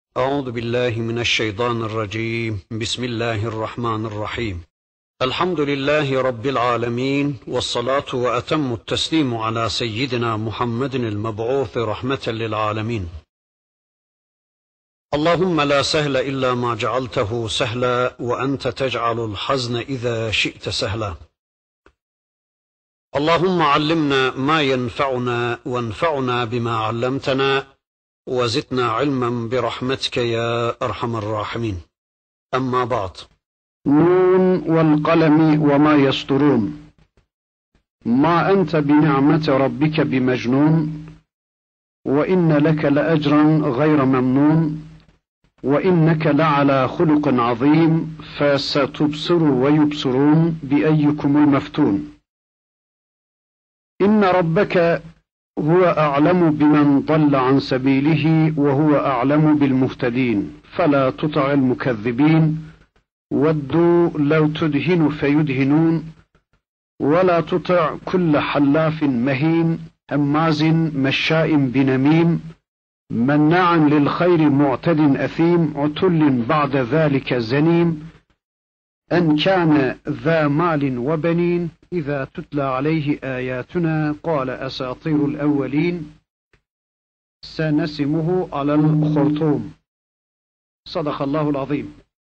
أعوذ بالله من الشيطان الرجيم. بسم الله الرحمن الرحيم. الحمد لله رب العالمين، والصلاة وأتم التسليم على سيدنا محمد المبعوث رحمة للعالمين. اللهم لا سهل إلا ما جعلته سهلا، وأنت تجعل الحزن إذا شئت سهلا. اللهم علمنا ما ينفعنا، وانفعنا بما علمتنا، وزدنا علما برحمتك يا أرحم الراحمين. أما بعد. نون والقلم وما يسطرون. ما أنت بنعمة ربك بمجنون، وإن لك لأجرا غير ممنون، وإنك لعلى خلق عظيم، فستبصر ويبصرون بأيكم المفتون. إن ربك هو أعلم بمن ضل عن سبيله، وهو أعلم بالمهتدين، فلا تطع المكذبين. ودوا لو تدهن فيدهنون، ولا تطع كل حلاف مهين، هماز مشاء بنميم، مناع للخير معتد أثيم، عتل بعد ذلك زنيم، أن كان ذا مال وبنين، إذا تتلى عليه آياتنا قال أساطير الأولين، سنسمه على الخرطوم. Sadakallahul azim.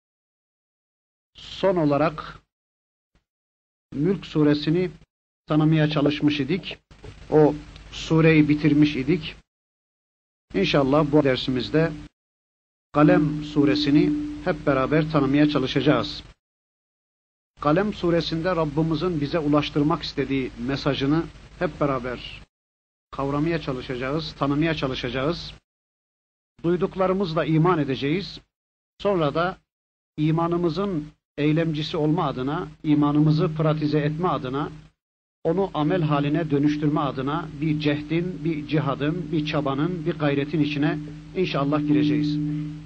Son olarak Mülk suresini tanımaya çalışmış idik. O sureyi bitirmiş idik. İnşallah bu dersimizde Kalem suresini hep beraber tanımaya çalışacağız. Kalem suresinde Rabbimizin bize ulaştırmak istediği mesajını hep beraber kavramaya çalışacağız, tanımaya çalışacağız. Duyduklarımızla iman edeceğiz. Sonra da imanımızın eylemcisi olma adına, imanımızı pratize etme adına, onu amel haline dönüştürme adına bir cehdin, bir cihadın, bir çabanın, bir gayretin içine inşallah gireceğiz.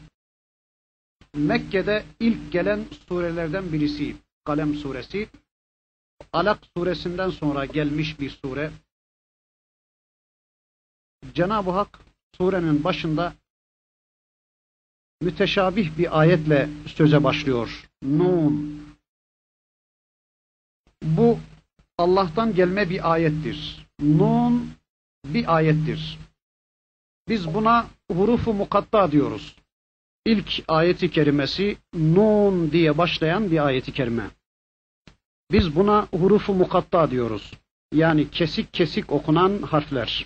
Mekke'de ilk gelen surelerden birisi Kalem suresi. Alak suresinden sonra gelmiş bir sure. Cenab-ı Hak surenin başında müteşabih bir ayetle söze başlıyor. Nun. Bu Allah'tan gelme bir ayettir. Nun bir ayettir. Biz buna hurufu mukatta diyoruz. İlk ayeti kerimesi Nun diye başlayan bir ayeti kerime. Biz buna hurufu mukatta diyoruz. Yani kesik kesik okunan harfler.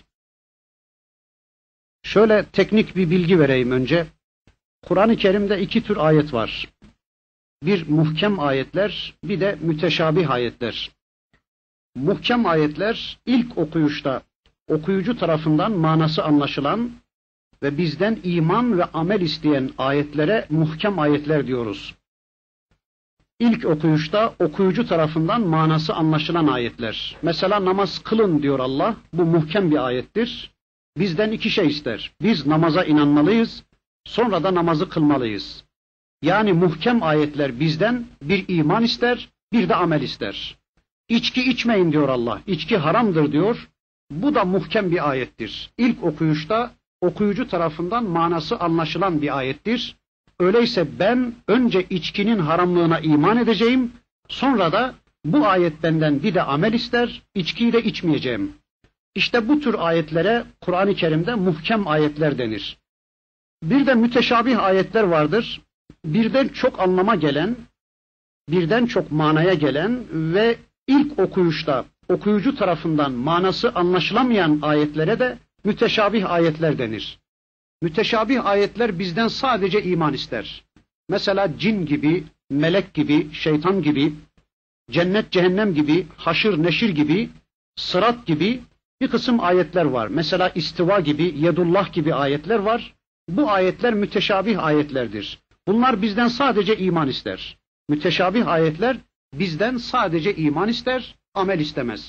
Şöyle teknik bir bilgi vereyim önce. Kur'an-ı Kerim'de iki tür ayet var. Bir muhkem ayetler, bir de müteşabih ayetler. Muhkem ayetler ilk okuyuşta okuyucu tarafından manası anlaşılan ve bizden iman ve amel isteyen ayetlere muhkem ayetler diyoruz. İlk okuyuşta okuyucu tarafından manası anlaşılan ayetler. Mesela namaz kılın diyor Allah. Bu muhkem bir ayettir. Bizden iki şey ister. Biz namaza inanmalıyız, sonra da namazı kılmalıyız. Yani muhkem ayetler bizden bir iman ister, bir de amel ister. İçki içmeyin diyor Allah. İçki haramdır diyor. Bu da muhkem bir ayettir. İlk okuyuşta okuyucu tarafından manası anlaşılan bir ayettir. Öyleyse ben önce içkinin haramlığına iman edeceğim, sonra da bu ayet benden bir de amel ister, içkiyi de içmeyeceğim. İşte bu tür ayetlere Kur'an-ı Kerim'de muhkem ayetler denir. Bir de müteşabih ayetler vardır. Birden çok anlama gelen, birden çok manaya gelen ve ilk okuyuşta okuyucu tarafından manası anlaşılamayan ayetlere de müteşabih ayetler denir. Müteşabih ayetler bizden sadece iman ister. Mesela cin gibi, melek gibi, şeytan gibi, cennet cehennem gibi, haşır neşir gibi, sırat gibi bir kısım ayetler var. Mesela istiva gibi, yedullah gibi ayetler var. Bu ayetler müteşabih ayetlerdir. Bunlar bizden sadece iman ister. Müteşabih ayetler bizden sadece iman ister, amel istemez.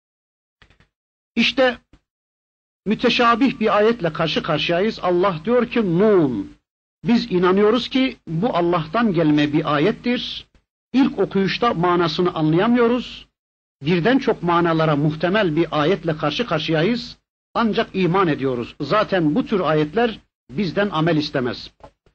İşte müteşabih bir ayetle karşı karşıyayız. Allah diyor ki Nun. Biz inanıyoruz ki bu Allah'tan gelme bir ayettir. İlk okuyuşta manasını anlayamıyoruz. Birden çok manalara muhtemel bir ayetle karşı karşıyayız. Ancak iman ediyoruz. Zaten bu tür ayetler bizden amel istemez.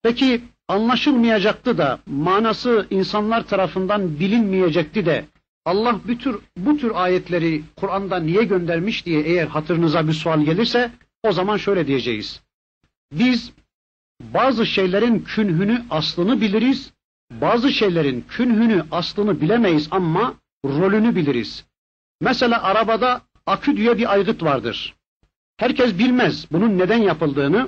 Peki anlaşılmayacaktı da, manası insanlar tarafından bilinmeyecekti de, Allah bu tür ayetleri Kur'an'da niye göndermiş diye eğer hatırınıza bir sual gelirse, o zaman şöyle diyeceğiz. Biz bazı şeylerin künhünü, aslını biliriz, bazı şeylerin künhünü, aslını bilemeyiz ama rolünü biliriz. Mesela arabada akü diye bir aygıt vardır. Herkes bilmez bunun neden yapıldığını,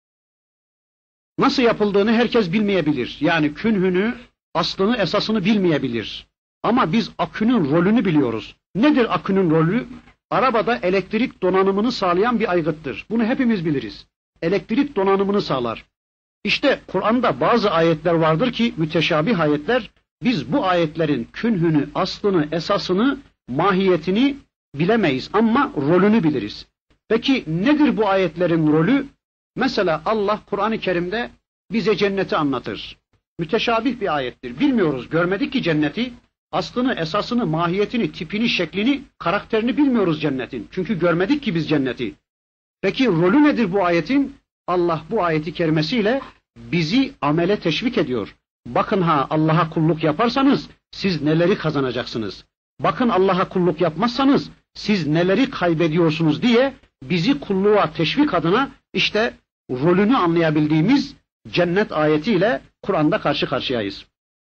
nasıl yapıldığını herkes bilmeyebilir. Yani künhünü, aslını, esasını bilmeyebilir. Ama biz akünün rolünü biliyoruz. Nedir akünün rolü? Arabada elektrik donanımını sağlayan bir aygıttır. Bunu hepimiz biliriz. Elektrik donanımını sağlar. İşte Kur'an'da bazı ayetler vardır ki müteşabih ayetler, biz bu ayetlerin künhünü, aslını, esasını, mahiyetini bilemeyiz ama rolünü biliriz. Peki nedir bu ayetlerin rolü? Mesela Allah Kur'an-ı Kerim'de bize cenneti anlatır. Müteşabih bir ayettir. Bilmiyoruz, görmedik ki cenneti. Aslını, esasını, mahiyetini, tipini, şeklini, karakterini bilmiyoruz cennetin. Çünkü görmedik ki biz cenneti. Peki rolü nedir bu ayetin? Allah bu ayeti kerimesiyle bizi amele teşvik ediyor. Bakın ha, Allah'a kulluk yaparsanız siz neleri kazanacaksınız. Bakın Allah'a kulluk yapmazsanız siz neleri kaybediyorsunuz diye bizi kulluğa teşvik adına işte rolünü anlayabildiğimiz cennet ayetiyle Kur'an'da karşı karşıyayız.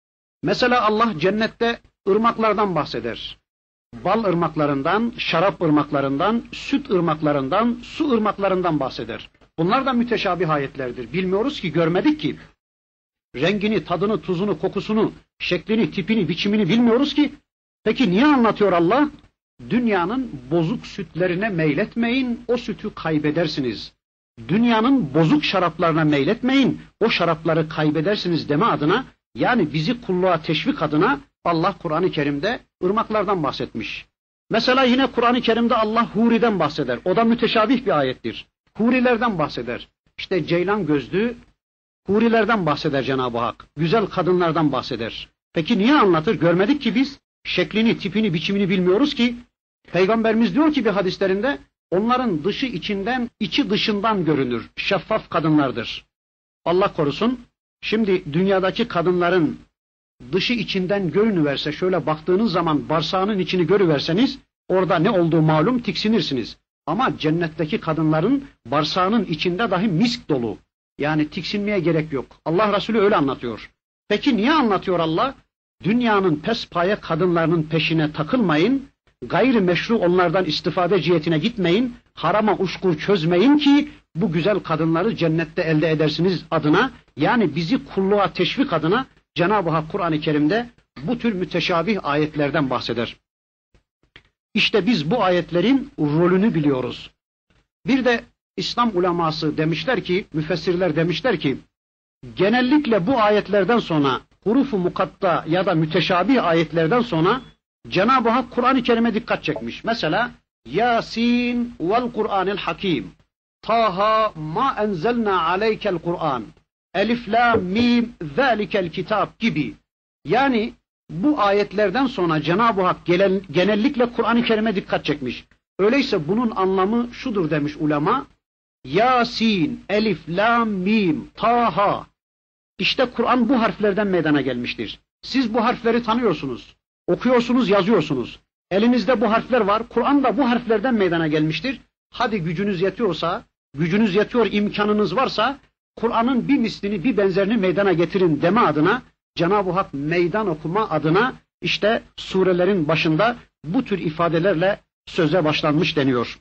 Mesela Allah cennette ırmaklardan bahseder. Bal ırmaklarından, şarap ırmaklarından, süt ırmaklarından, su ırmaklarından bahseder. Bunlar da müteşabih ayetlerdir. Bilmiyoruz ki, görmedik ki. Rengini, tadını, tuzunu, kokusunu, şeklini, tipini, biçimini bilmiyoruz ki. Peki niye anlatıyor Allah? Dünyanın bozuk sütlerine meyletmeyin, o sütü kaybedersiniz. Dünyanın bozuk şaraplarına meyletmeyin, o şarapları kaybedersiniz deme adına, yani bizi kulluğa teşvik adına Allah Kur'an-ı Kerim'de ırmaklardan bahsetmiş. Mesela yine Kur'an-ı Kerim'de Allah huriden bahseder. O da müteşabih bir ayettir. Hurilerden bahseder. İşte ceylan gözlü hurilerden bahseder Cenab-ı Hak. Güzel kadınlardan bahseder. Peki niye anlatır? Görmedik ki biz. Şeklini, tipini, biçimini bilmiyoruz ki. Peygamberimiz diyor ki bir hadislerinde, onların dışı içinden, içi dışından görünür. Şeffaf kadınlardır. Allah korusun. Şimdi dünyadaki kadınların dışı içinden görünüverse, şöyle baktığınız zaman bağırsağının içini görüverseniz, orada ne olduğu malum, tiksinirsiniz. Ama cennetteki kadınların bağırsağının içinde dahi misk dolu. Yani tiksinmeye gerek yok. Allah Resulü öyle anlatıyor. Peki niye anlatıyor Allah? Dünyanın pespaye kadınlarının peşine takılmayın, gayrimeşru onlardan istifade cihetine gitmeyin, harama uşkur çözmeyin ki bu güzel kadınları cennette elde edersiniz adına, yani bizi kulluğa teşvik adına Cenab-ı Hak Kur'an-ı Kerim'de bu tür müteşabih ayetlerden bahseder. İşte biz bu ayetlerin rolünü biliyoruz. Bir de İslam uleması demişler ki, müfessirler demişler ki, genellikle bu ayetlerden sonra, hurufu mukatta ya da müteşabih ayetlerden sonra Cenab-ı Hak Kur'an-ı Kerim'e dikkat çekmiş. Mesela Yasin vel Kur'anil Hakim, Taha ma enzelna aleykel Kur'an, Elif lam mim zalikel kitap gibi. Yani bu ayetlerden sonra Cenab-ı Hak genellikle Kur'an-ı Kerim'e dikkat çekmiş. Öyleyse bunun anlamı şudur demiş ulema. Yasin, Elif, Lam, Mim, Taha. İşte Kur'an bu harflerden meydana gelmiştir. Siz bu harfleri tanıyorsunuz. Okuyorsunuz, yazıyorsunuz. Elinizde bu harfler var. Kur'an da bu harflerden meydana gelmiştir. Hadi gücünüz yetiyorsa, gücünüz yetiyor, imkanınız varsa, Kur'an'ın bir mislini, bir benzerini meydana getirin deme adına, Cenab-ı Hak meydan okuma adına işte surelerin başında bu tür ifadelerle söze başlanmış deniyor.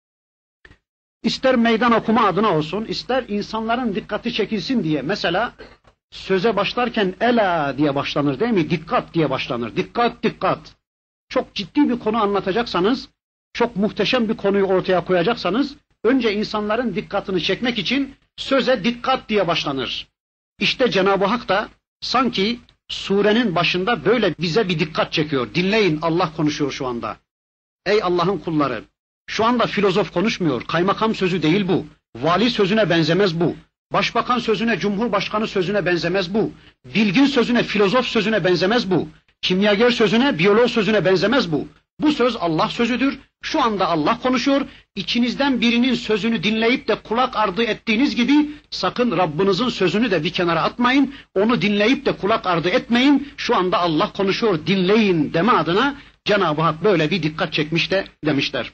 İster meydan okuma adına olsun, ister insanların dikkati çekilsin diye. Mesela söze başlarken ela diye başlanır değil mi? Dikkat diye başlanır. Dikkat, dikkat. Çok ciddi bir konu anlatacaksanız, çok muhteşem bir konuyu ortaya koyacaksanız, önce insanların dikkatini çekmek için söze dikkat diye başlanır. İşte Cenab-ı Hak da sanki surenin başında böyle bize bir dikkat çekiyor. Dinleyin, Allah konuşuyor şu anda. Ey Allah'ın kulları, şu anda filozof konuşmuyor. Kaymakam sözü değil bu. Vali sözüne benzemez bu. Başbakan sözüne, cumhurbaşkanı sözüne benzemez bu. Bilgin sözüne, filozof sözüne benzemez bu. Kimyager sözüne, biyolog sözüne benzemez bu. Bu söz Allah sözüdür. Şu anda Allah konuşuyor. İçinizden birinin sözünü dinleyip de kulak ardı ettiğiniz gibi sakın Rabbinizin sözünü de bir kenara atmayın. Onu dinleyip de kulak ardı etmeyin. Şu anda Allah konuşuyor, dinleyin deme adına Cenab-ı Hak böyle bir dikkat çekmiş de demişler.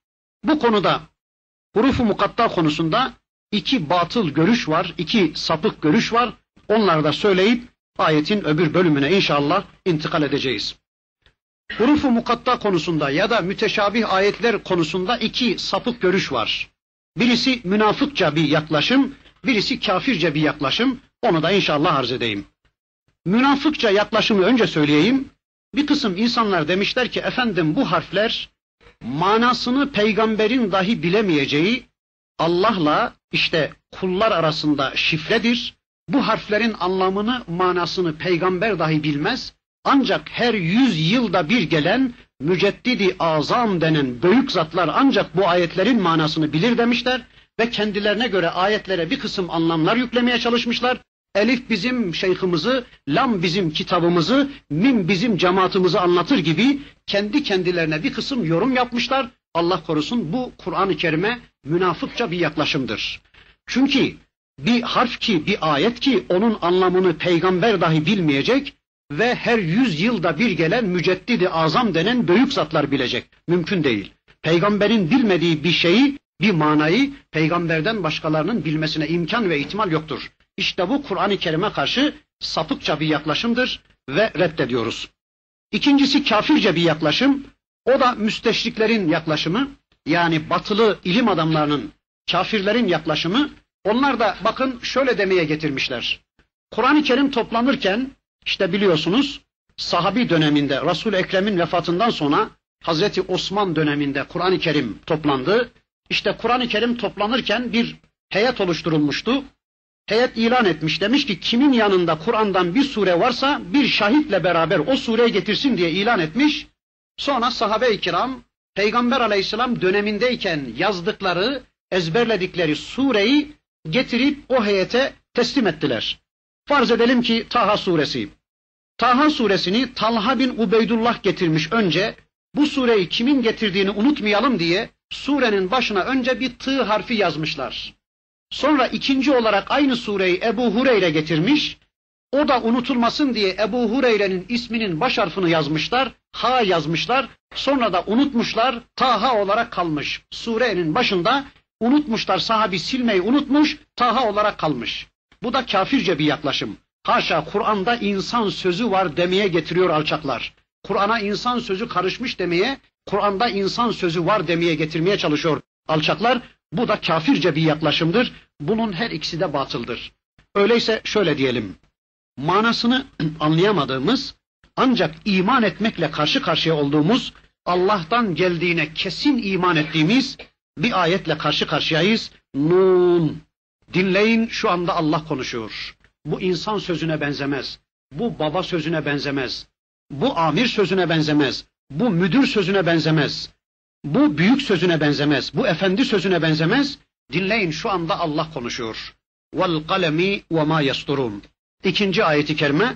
Bu konuda huruf-u mukatta konusunda iki batıl görüş var, iki sapık görüş var. Onları da söyleyip ayetin öbür bölümüne inşallah intikal edeceğiz. Huruf-u mukatta konusunda ya da müteşabih ayetler konusunda iki sapık görüş var. Birisi münafıkça bir yaklaşım, birisi kafirce bir yaklaşım. Onu da inşallah arz edeyim. Münafıkça yaklaşımı önce söyleyeyim. Bir kısım insanlar demişler ki efendim bu harfler manasını peygamberin dahi bilemeyeceği Allah'la işte kullar arasında şifredir. Bu harflerin anlamını, manasını peygamber dahi bilmez. Ancak her 100 yılda bir gelen müceddidi azam denen büyük zatlar ancak bu ayetlerin manasını bilir demişler ve kendilerine göre ayetlere bir kısım anlamlar yüklemeye çalışmışlar. Elif bizim şeyhimizi, lam bizim kitabımızı, mim bizim cemaatimizi anlatır gibi kendi kendilerine bir kısım yorum yapmışlar. Allah korusun, bu Kur'an-ı Kerim'e münafıkça bir yaklaşımdır. Çünkü bir harf ki, bir ayet ki onun anlamını peygamber dahi bilmeyecek ve her 100 yılda bir gelen müceddidi azam denen büyük zatlar bilecek. Mümkün değil. Peygamberin bilmediği bir şeyi, bir manayı peygamberden başkalarının bilmesine imkan ve ihtimal yoktur. İşte bu Kur'an-ı Kerim'e karşı sapıkça bir yaklaşımdır ve reddediyoruz. İkincisi kafirce bir yaklaşım. O da müsteşriklerin yaklaşımı. Yani batılı ilim adamlarının, kafirlerin yaklaşımı. Onlar da bakın şöyle demeye getirmişler. Kur'an-ı Kerim toplanırken işte biliyorsunuz sahabi döneminde Resul-i Ekrem'in vefatından sonra Hazreti Osman döneminde Kur'an-ı Kerim toplandı. İşte Kur'an-ı Kerim toplanırken bir heyet oluşturulmuştu. Heyet ilan etmiş, demiş ki kimin yanında Kur'an'dan bir sure varsa bir şahitle beraber o sureyi getirsin diye ilan etmiş. Sonra sahabe-i kiram Peygamber aleyhisselam dönemindeyken yazdıkları, ezberledikleri sureyi getirip o heyete teslim ettiler. Farz edelim ki Taha suresi. Taha suresini Talha bin Ubeydullah getirmiş önce. Bu sureyi kimin getirdiğini unutmayalım diye surenin başına önce bir tı harfi yazmışlar. Sonra ikinci olarak aynı sureyi Ebu Hureyre getirmiş. O da unutulmasın diye Ebu Hureyre'nin isminin baş harfini yazmışlar. Ha yazmışlar. Sonra da unutmuşlar. Taha olarak kalmış. Surenin başında unutmuşlar. Sahabi silmeyi unutmuş. Taha olarak kalmış. Bu da kafirce bir yaklaşım. Haşa, Kur'an'da insan sözü var demeye getiriyor alçaklar. Kur'an'a insan sözü karışmış demeye, Kur'an'da insan sözü var demeye getirmeye çalışıyor alçaklar. Bu da kafirce bir yaklaşımdır. Bunun her ikisi de batıldır. Öyleyse şöyle diyelim. Manasını anlayamadığımız ancak iman etmekle karşı karşıya olduğumuz, Allah'tan geldiğine kesin iman ettiğimiz bir ayetle karşı karşıyayız. Nun. Dinleyin, şu anda Allah konuşuyor. Bu insan sözüne benzemez. Bu baba sözüne benzemez. Bu amir sözüne benzemez. Bu müdür sözüne benzemez. Bu büyük sözüne benzemez. Bu efendi sözüne benzemez. Dinleyin, şu anda Allah konuşuyor. Vel kalemi ve ma yasturun. İkinci ayeti kerime,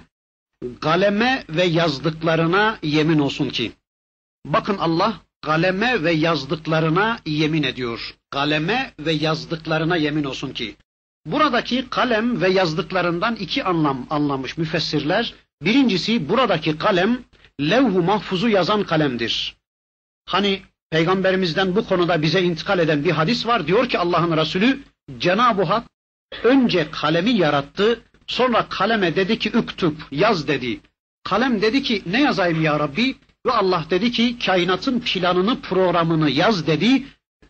kaleme ve yazdıklarına yemin olsun ki. Bakın Allah kaleme ve yazdıklarına yemin ediyor. Kaleme ve yazdıklarına yemin olsun ki. Buradaki kalem ve yazdıklarından iki anlam anlamış müfessirler. Birincisi, buradaki kalem levh-u mahfuzu yazan kalemdir. Hani Peygamberimizden bu konuda bize intikal eden bir hadis var. Diyor ki Allah'ın Resulü, Cenab-ı Hak önce kalemi yarattı. Sonra kaleme dedi ki üktüb, yaz dedi. Kalem dedi ki ne yazayım ya Rabbi? Ve Allah dedi ki kainatın planını, programını yaz dedi.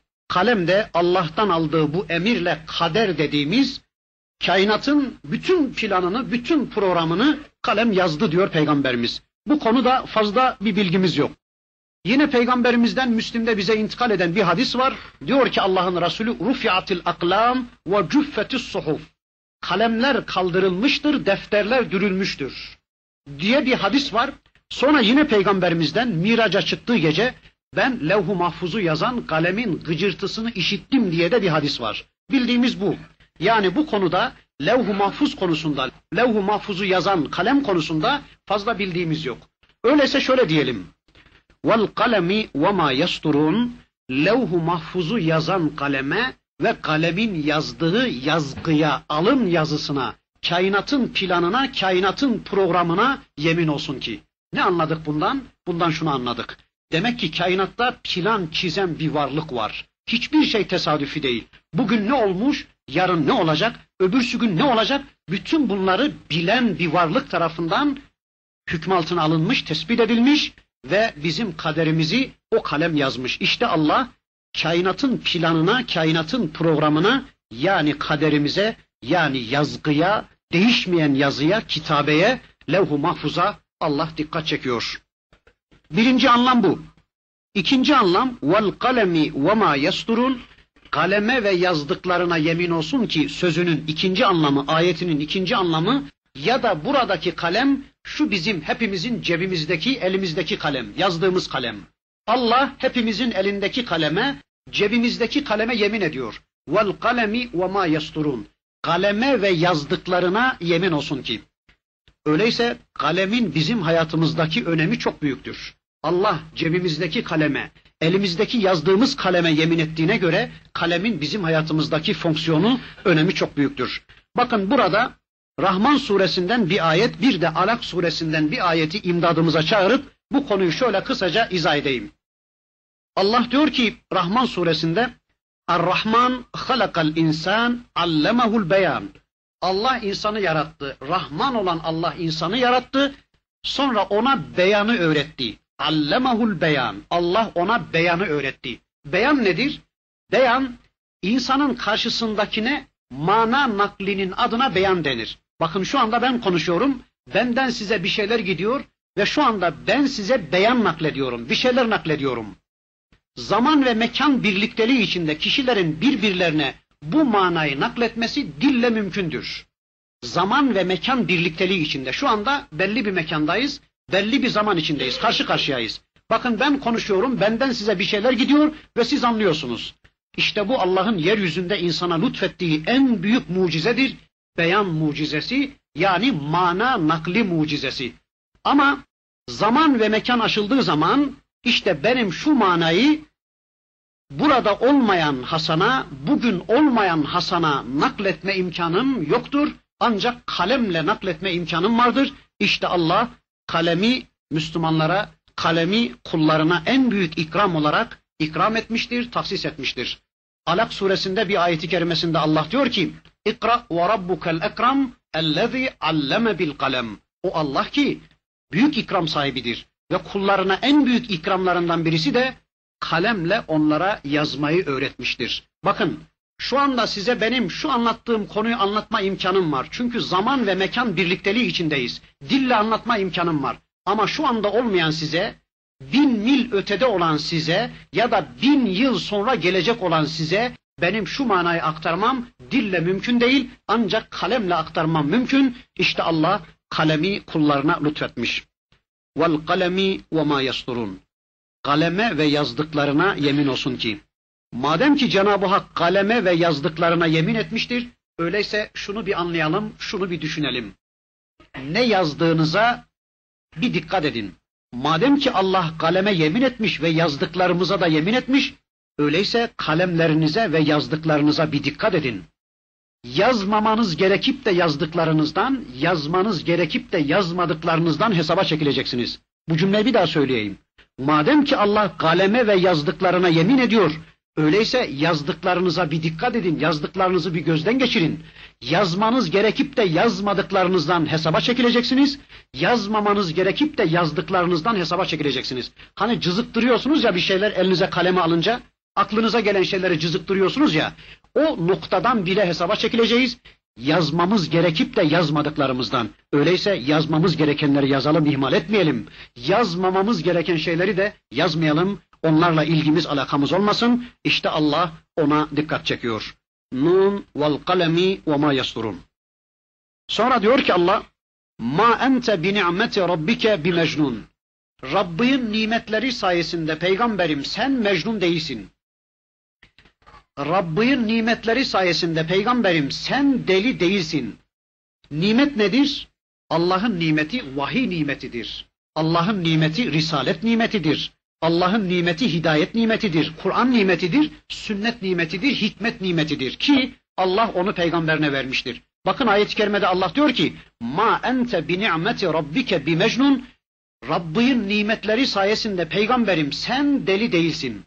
Kalem de Allah'tan aldığı bu emirle kader dediğimiz kainatın bütün planını, bütün programını kalem yazdı diyor Peygamberimiz. Bu konuda fazla bir bilgimiz yok. Yine Peygamberimizden Müslim'de bize intikal eden bir hadis var. Diyor ki Allah'ın Resulü, rufiatil aklam ve cüffetis suhuf. Kalemler kaldırılmıştır, defterler dürülmüştür diye bir hadis var. Sonra yine Peygamberimizden Miraç'a çıktığı gece ben levh-u mahfuzu yazan kalemin gıcırtısını işittim diye de bir hadis var. Bildiğimiz bu. Yani bu konuda levh-u mahfuz konusunda, levh-u mahfuzu yazan kalem konusunda fazla bildiğimiz yok. Öyleyse şöyle diyelim. Vel kalemi ve ma yasturun. levh-u mahfuzu yazan kaleme ve kalemin yazdığı yazgıya, alın yazısına, kainatın planına, kainatın programına yemin olsun ki. Ne anladık bundan? Bundan şunu anladık. Demek ki kainatta plan çizen bir varlık var. Hiçbir şey tesadüfi değil. Bugün ne olmuş, yarın ne olacak, öbürsü gün ne olacak? Bütün bunları bilen bir varlık tarafından hüküm altına alınmış, tespit edilmiş ve bizim kaderimizi o kalem yazmış. İşte Allah kainatın planına, kainatın programına, yani kaderimize, yani yazgıya, değişmeyen yazıya, kitabeye, levh-u mahfuza Allah dikkat çekiyor. Birinci anlam bu. İkinci anlam vel kalemi ve ma yasturun, kaleme ve yazdıklarına yemin olsun ki sözünün ikinci anlamı, ayetinin ikinci anlamı, ya da buradaki kalem şu bizim hepimizin cebimizdeki, elimizdeki kalem, yazdığımız kalem. Allah hepimizin elindeki kaleme, cebimizdeki kaleme yemin ediyor. Vel kalemi ve ma yasturun. Kaleme ve yazdıklarına yemin olsun ki. Öyleyse kalemin bizim hayatımızdaki önemi çok büyüktür. Allah cebimizdeki kaleme, elimizdeki yazdığımız kaleme yemin ettiğine göre kalemin bizim hayatımızdaki fonksiyonu, önemi çok büyüktür. Bakın burada Rahman suresinden bir ayet, bir de Alak suresinden bir ayeti imdadımıza çağırıp bu konuyu şöyle kısaca izah edeyim. Allah diyor ki Rahman suresinde Er-Rahman halakal insan allemahul beyan. Allah insanı yarattı. Rahman olan Allah insanı yarattı. Sonra ona beyanı öğretti. Allemahul beyan. Allah ona beyanı öğretti. Beyan nedir? Beyan, insanın karşısındakine mana naklinin adına beyan denir. Bakın şu anda ben konuşuyorum. Benden size bir şeyler gidiyor ve şu anda ben size beyan naklediyorum. Bir şeyler naklediyorum. Zaman ve mekan birlikteliği içinde kişilerin birbirlerine bu manayı nakletmesi dille mümkündür. Zaman ve mekan birlikteliği içinde. Şu anda belli bir mekandayız, belli bir zaman içindeyiz, karşı karşıyayız. Bakın ben konuşuyorum, benden size bir şeyler gidiyor ve siz anlıyorsunuz. İşte bu Allah'ın yeryüzünde insana lütfettiği en büyük mucizedir. Beyan mucizesi, yani mana nakli mucizesi. Ama zaman ve mekan aşıldığı zaman işte benim şu manayı burada olmayan Hasan'a, bugün olmayan Hasan'a nakletme imkanım yoktur. Ancak kalemle nakletme imkanım vardır. İşte Allah kalemi Müslümanlara, kalemi kullarına en büyük ikram olarak ikram etmiştir, tahsis etmiştir. Alak suresinde bir ayeti kerimesinde Allah diyor ki İkra ve rabbukel ekram ellezî alleme bil kalem. O Allah ki büyük ikram sahibidir ve kullarına en büyük ikramlarından birisi de kalemle onlara yazmayı öğretmiştir. Bakın şu anda size benim şu anlattığım konuyu anlatma imkanım var. Çünkü zaman ve mekan birlikteliği içindeyiz. Dille anlatma imkanım var. Ama şu anda olmayan size, 1000 mil ötede olan size ya da 1000 yıl sonra gelecek olan size benim şu manayı aktarmam dille mümkün değil, ancak kalemle aktarmam mümkün. İşte Allah kalemi kullarına lütfetmiş. Vel kalemi ve ma yasturun. Kaleme ve yazdıklarına yemin olsun ki. Madem ki Cenab-ı Hak kaleme ve yazdıklarına yemin etmiştir, öyleyse şunu bir anlayalım, şunu bir düşünelim. Ne yazdığınıza bir dikkat edin. Madem ki Allah kaleme yemin etmiş ve yazdıklarımıza da yemin etmiş, öyleyse kalemlerinize ve yazdıklarınıza bir dikkat edin. Yazmamanız gerekip de yazdıklarınızdan, yazmanız gerekip de yazmadıklarınızdan hesaba çekileceksiniz. Bu cümleyi bir daha söyleyeyim. Madem ki Allah kaleme ve yazdıklarına yemin ediyor, öyleyse yazdıklarınıza bir dikkat edin, yazdıklarınızı bir gözden geçirin. Yazmanız gerekip de yazmadıklarınızdan hesaba çekileceksiniz. Yazmamanız gerekip de yazdıklarınızdan hesaba çekileceksiniz. Hani cızıktırıyorsunuz ya bir şeyler elinize kaleme alınca, aklınıza gelen şeyleri cızıktırıyorsunuz ya, o noktadan bile hesaba çekileceğiz. Yazmamız gerekip de yazmadıklarımızdan. Öyleyse yazmamız gerekenleri yazalım, ihmal etmeyelim. Yazmamamız gereken şeyleri de yazmayalım. Onlarla ilgimiz, alakamız olmasın. İşte Allah ona dikkat çekiyor. Nun vel kalemi ve ma yasturun. Sonra diyor ki Allah, ma ente bi ni'meti rabbike bi mecnun. Rabbin nimetleri sayesinde peygamberim sen mecnun değilsin. Rabbin nimetleri sayesinde peygamberim sen deli değilsin. Nimet nedir? Allah'ın nimeti vahiy nimetidir. Allah'ın nimeti risalet nimetidir. Allah'ın nimeti hidayet nimetidir, Kur'an nimetidir, sünnet nimetidir, hikmet nimetidir ki Allah onu peygamberine vermiştir. Bakın ayet-i kerimede Allah diyor ki: "Ma ente bi ni'meti rabbike bi mecnun." Rabbinin nimetleri sayesinde peygamberim sen deli değilsin.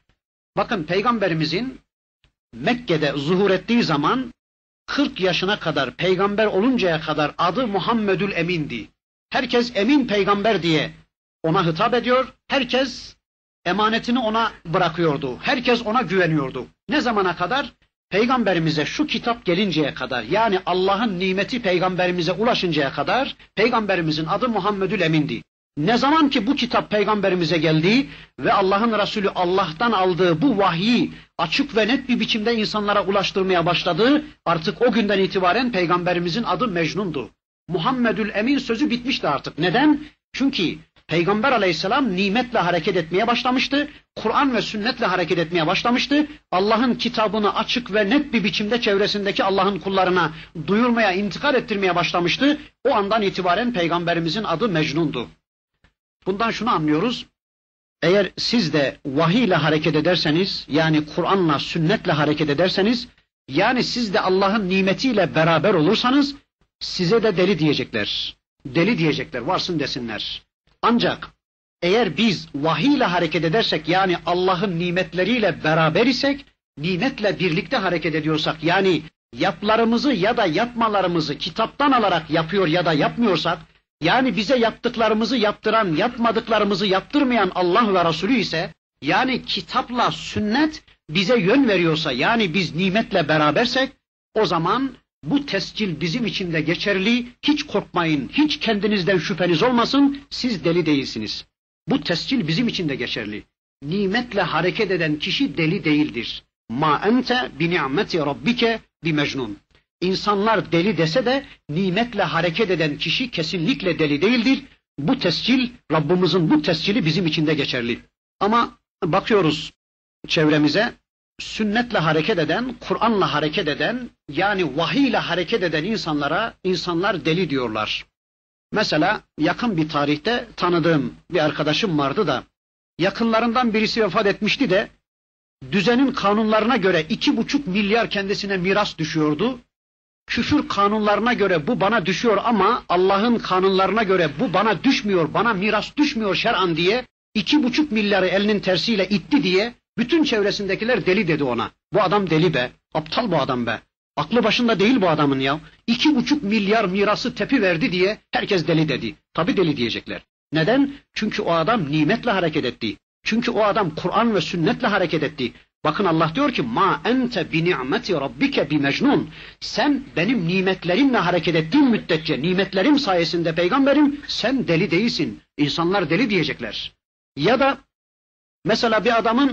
Bakın peygamberimizin Mekke'de zuhur ettiği zaman 40 yaşına kadar, peygamber oluncaya kadar adı Muhammedül Emin'di. Herkes emin peygamber diye ona hitap ediyor. Herkes emanetini ona bırakıyordu. Herkes ona güveniyordu. Ne zamana kadar? Peygamberimize şu kitap gelinceye kadar, yani Allah'ın nimeti peygamberimize ulaşıncaya kadar peygamberimizin adı Muhammedül Emin'di. Ne zaman ki bu kitap peygamberimize geldi ve Allah'ın Resulü Allah'tan aldığı bu vahyi açık ve net bir biçimde insanlara ulaştırmaya başladı, artık o günden itibaren peygamberimizin adı Mecnun'du. Muhammedül Emin sözü bitmişti artık. Neden? Çünkü Peygamber aleyhisselam nimetle hareket etmeye başlamıştı. Kur'an ve sünnetle hareket etmeye başlamıştı. Allah'ın kitabını açık ve net bir biçimde çevresindeki Allah'ın kullarına duyurmaya, intikal ettirmeye başlamıştı. O andan itibaren peygamberimizin adı Mecnun'du. Bundan şunu anlıyoruz. Eğer siz de vahiy ile hareket ederseniz, yani Kur'an'la, sünnetle hareket ederseniz, yani siz de Allah'ın nimetiyle beraber olursanız, size de deli diyecekler. Deli diyecekler, varsın desinler. Ancak eğer biz vahiy ile hareket edersek, yani Allah'ın nimetleriyle beraber isek, nimetle birlikte hareket ediyorsak, yani yaplarımızı ya da yapmalarımızı kitaptan alarak yapıyor ya da yapmıyorsak, yani bize yaptıklarımızı yaptıran, yapmadıklarımızı yaptırmayan Allah ve Resulü ise, yani kitapla sünnet bize yön veriyorsa, yani biz nimetle berabersek, o zaman bu tescil bizim için de geçerli. Hiç korkmayın, hiç kendinizden şüpheniz olmasın, siz deli değilsiniz. Bu tescil bizim için de geçerli. Nimetle hareket eden kişi deli değildir. Ma ente bi ni'meti rabbike bi mecnun. İnsanlar deli dese de nimetle hareket eden kişi kesinlikle deli değildir. Bu tescil, Rabbimizin bu tescili bizim için de geçerli. Ama bakıyoruz çevremize, sünnetle hareket eden, Kur'an'la hareket eden, yani vahiy ile hareket eden insanlara insanlar deli diyorlar. Mesela yakın bir tarihte tanıdığım bir arkadaşım vardı da, yakınlarından birisi vefat etmişti de, düzenin kanunlarına göre 2,5 milyar kendisine miras düşüyordu. Küfür kanunlarına göre bu bana düşüyor ama Allah'ın kanunlarına göre bu bana düşmüyor, bana miras düşmüyor şer'an diye 2,5 milyarı elinin tersiyle itti diye bütün çevresindekiler deli dedi ona. Bu adam deli be, aptal bu adam be. Aklı başında değil bu adamın ya. 2,5 milyar mirası tepiverdi diye herkes deli dedi. Tabii deli diyecekler. Neden? Çünkü o adam nimetle hareket etti. Çünkü o adam Kur'an ve sünnetle hareket etti. Bakın Allah diyor ki: "Ma ente bi ni'meti rabbike bi mecnun." Sen benim nimetlerimle hareket ettiğin müddetçe, nimetlerim sayesinde peygamberim, sen deli değilsin. İnsanlar deli diyecekler. Ya da mesela bir adamın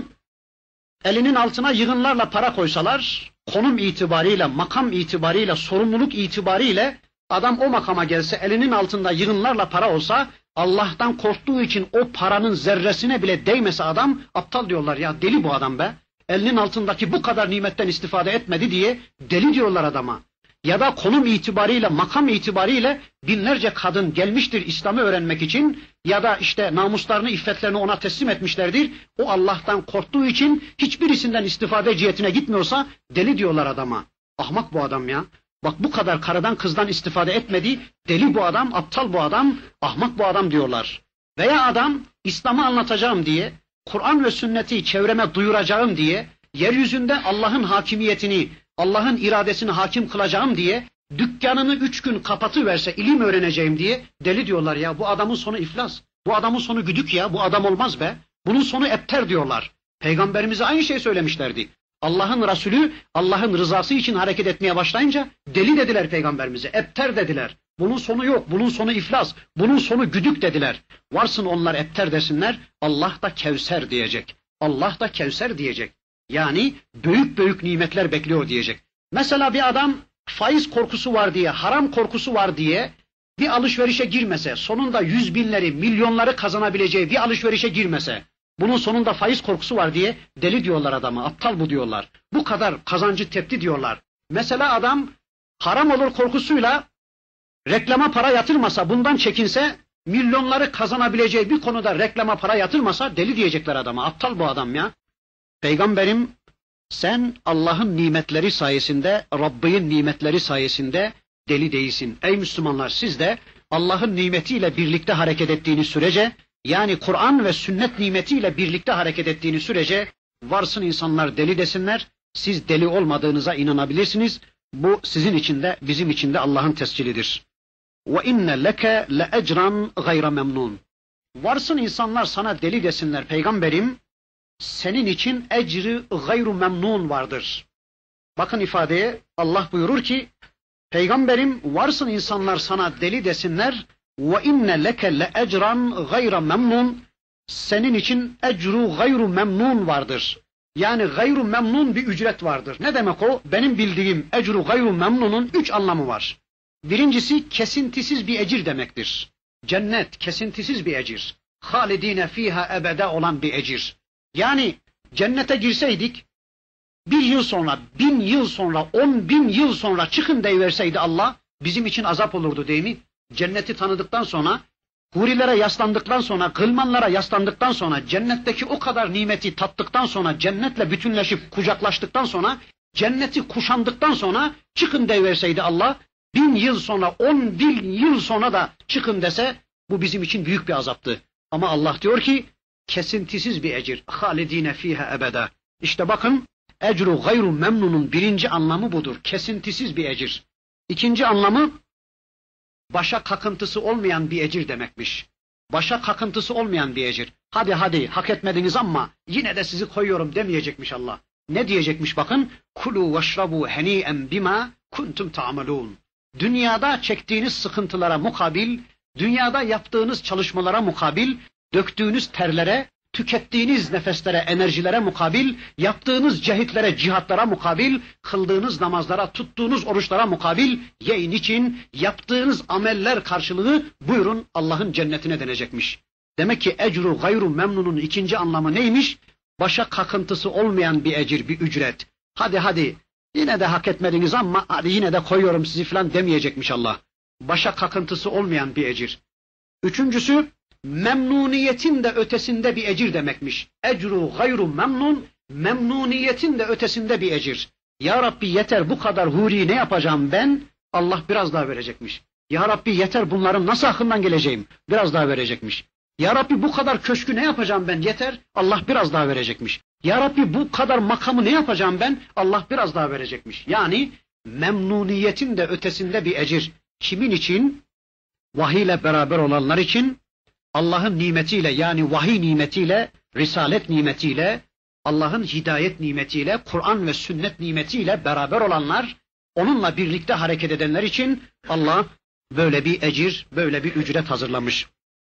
elinin altına yığınlarla para koysalar, konum itibariyle, makam itibariyle, sorumluluk itibariyle adam o makama gelse, elinin altında yığınlarla para olsa, Allah'tan korktuğu için o paranın zerresine bile değmese adam, aptal diyorlar ya, deli bu adam be. Elinin altındaki bu kadar nimetten istifade etmedi diye deli diyorlar adama. Ya da konum itibariyle, makam itibariyle binlerce kadın gelmiştir İslam'ı öğrenmek için, ya da işte namuslarını, iffetlerini ona teslim etmişlerdir. O Allah'tan korktuğu için hiçbirisinden istifade cihetine gitmiyorsa deli diyorlar adama. Ahmak bu adam ya. Bak bu kadar karıdan kızdan istifade etmedi, deli bu adam, aptal bu adam, ahmak bu adam diyorlar. Veya adam İslam'ı anlatacağım diye, Kur'an ve sünneti çevreme duyuracağım diye, yeryüzünde Allah'ın hakimiyetini, Allah'ın iradesini hakim kılacağım diye, dükkanını 3 gün kapatıverse, ilim öğreneceğim diye deli diyorlar ya. Bu adamın sonu iflas, bu adamın sonu güdük ya, bu adam olmaz be. Bunun sonu ebter diyorlar. Peygamberimize aynı şey söylemişlerdi. Allah'ın Resulü, Allah'ın rızası için hareket etmeye başlayınca deli dediler peygamberimize, ebter dediler. Bunun sonu yok, bunun sonu iflas, bunun sonu güdük dediler. Varsın onlar ebter desinler, Allah da Kevser diyecek. Allah da Kevser diyecek. Yani büyük büyük nimetler bekliyor diyecek. Mesela bir adam faiz korkusu var diye, haram korkusu var diye bir alışverişe girmese, sonunda 100 binleri, milyonları kazanabileceği bir alışverişe girmese, bunun sonunda faiz korkusu var diye deli diyorlar adamı, aptal bu diyorlar. Bu kadar kazancı tepti diyorlar. Mesela adam haram olur korkusuyla reklama para yatırmasa, bundan çekinse, milyonları kazanabileceği bir konuda reklama para yatırmasa deli diyecekler adama. Aptal bu adam ya. Peygamberim, sen Allah'ın nimetleri sayesinde, Rabbin nimetleri sayesinde deli değilsin. Ey Müslümanlar, siz de Allah'ın nimetiyle birlikte hareket ettiğiniz sürece, yani Kur'an ve sünnet nimetiyle birlikte hareket ettiğiniz sürece, varsın insanlar deli desinler, siz deli olmadığınıza inanabilirsiniz. Bu sizin için de bizim için de Allah'ın tescilidir. وَاِنَّ لَكَ لَاَجْرًا غَيْرَ memnun. Varsın insanlar sana deli desinler peygamberim, senin için ecri gayru memnun vardır. Bakın ifadeye, Allah buyurur ki, peygamberim varsın insanlar sana deli desinler, وَاِنَّ لَكَ لَاَجْرًا غَيْرَ memnun. Senin için ecru gayru memnun vardır. Yani gayru memnun bir ücret vardır. Ne demek o? Benim bildiğim ecru gayru memnunun 3 anlamı var. Birincisi kesintisiz bir ecir demektir. Cennet kesintisiz bir ecir. Halidine fiha ebede olan bir ecir. Yani cennete girseydik 1 yıl sonra, 1000 yıl sonra, 10.000 yıl sonra çıkın deyiverseydi Allah, bizim için azap olurdu değil mi? Cenneti tanıdıktan sonra, hurilere yaslandıktan sonra, gılmanlara yaslandıktan sonra, cennetteki o kadar nimeti tattıktan sonra, cennetle bütünleşip kucaklaştıktan sonra, cenneti kuşandıktan sonra çıkın deyiverseydi Allah, 1000 yıl sonra, 10.000 yıl sonra da çıkın dese, bu bizim için büyük bir azaptı. Ama Allah diyor ki, kesintisiz bir ecir. Halidine fiha ebede. İşte bakın, ecru gayru memnunun birinci anlamı budur. Kesintisiz bir ecir. İkinci anlamı, başa kakıntısı olmayan bir ecir demekmiş. Başa kakıntısı olmayan bir ecir. Hadi hak etmediniz ama yine de sizi koyuyorum demeyecekmiş Allah. Ne diyecekmiş bakın? Kulu veşrabu heni'en bima kuntum ta'malun. Dünyada çektiğiniz sıkıntılara mukabil, dünyada yaptığınız çalışmalara mukabil, döktüğünüz terlere, tükettiğiniz nefeslere, enerjilere mukabil, yaptığınız cehitlere, cihatlara mukabil, kıldığınız namazlara, tuttuğunuz oruçlara mukabil, yiyin için yaptığınız ameller karşılığı buyurun Allah'ın cennetine denecekmiş. Demek ki ecru gayru memnunun ikinci anlamı neymiş? Başa kakıntısı olmayan bir ecir, bir ücret. Hadi yine de hak etmediniz ama hadi yine de koyuyorum sizi falan demeyecekmiş Allah. Başa kakıntısı olmayan bir ecir. Üçüncüsü, memnuniyetin de ötesinde bir ecir demekmiş. Ecru gayru memnun, memnuniyetin de ötesinde bir ecir. Ya Rabbi yeter bu kadar huri ne yapacağım ben? Allah biraz daha verecekmiş. Ya Rabbi yeter bunların nasıl aklından geleceğim? Biraz daha verecekmiş. Ya Rabbi bu kadar köşkü ne yapacağım ben? Yeter. Allah biraz daha verecekmiş. Ya Rabbi bu kadar makamı ne yapacağım ben? Allah biraz daha verecekmiş. Yani memnuniyetin de ötesinde bir ecir. Kimin için? Vahiy ile beraber olanlar için, Allah'ın nimetiyle yani vahiy nimetiyle, risalet nimetiyle, Allah'ın hidayet nimetiyle, Kur'an ve sünnet nimetiyle beraber olanlar, onunla birlikte hareket edenler için Allah böyle bir ecir, böyle bir ücret hazırlamış.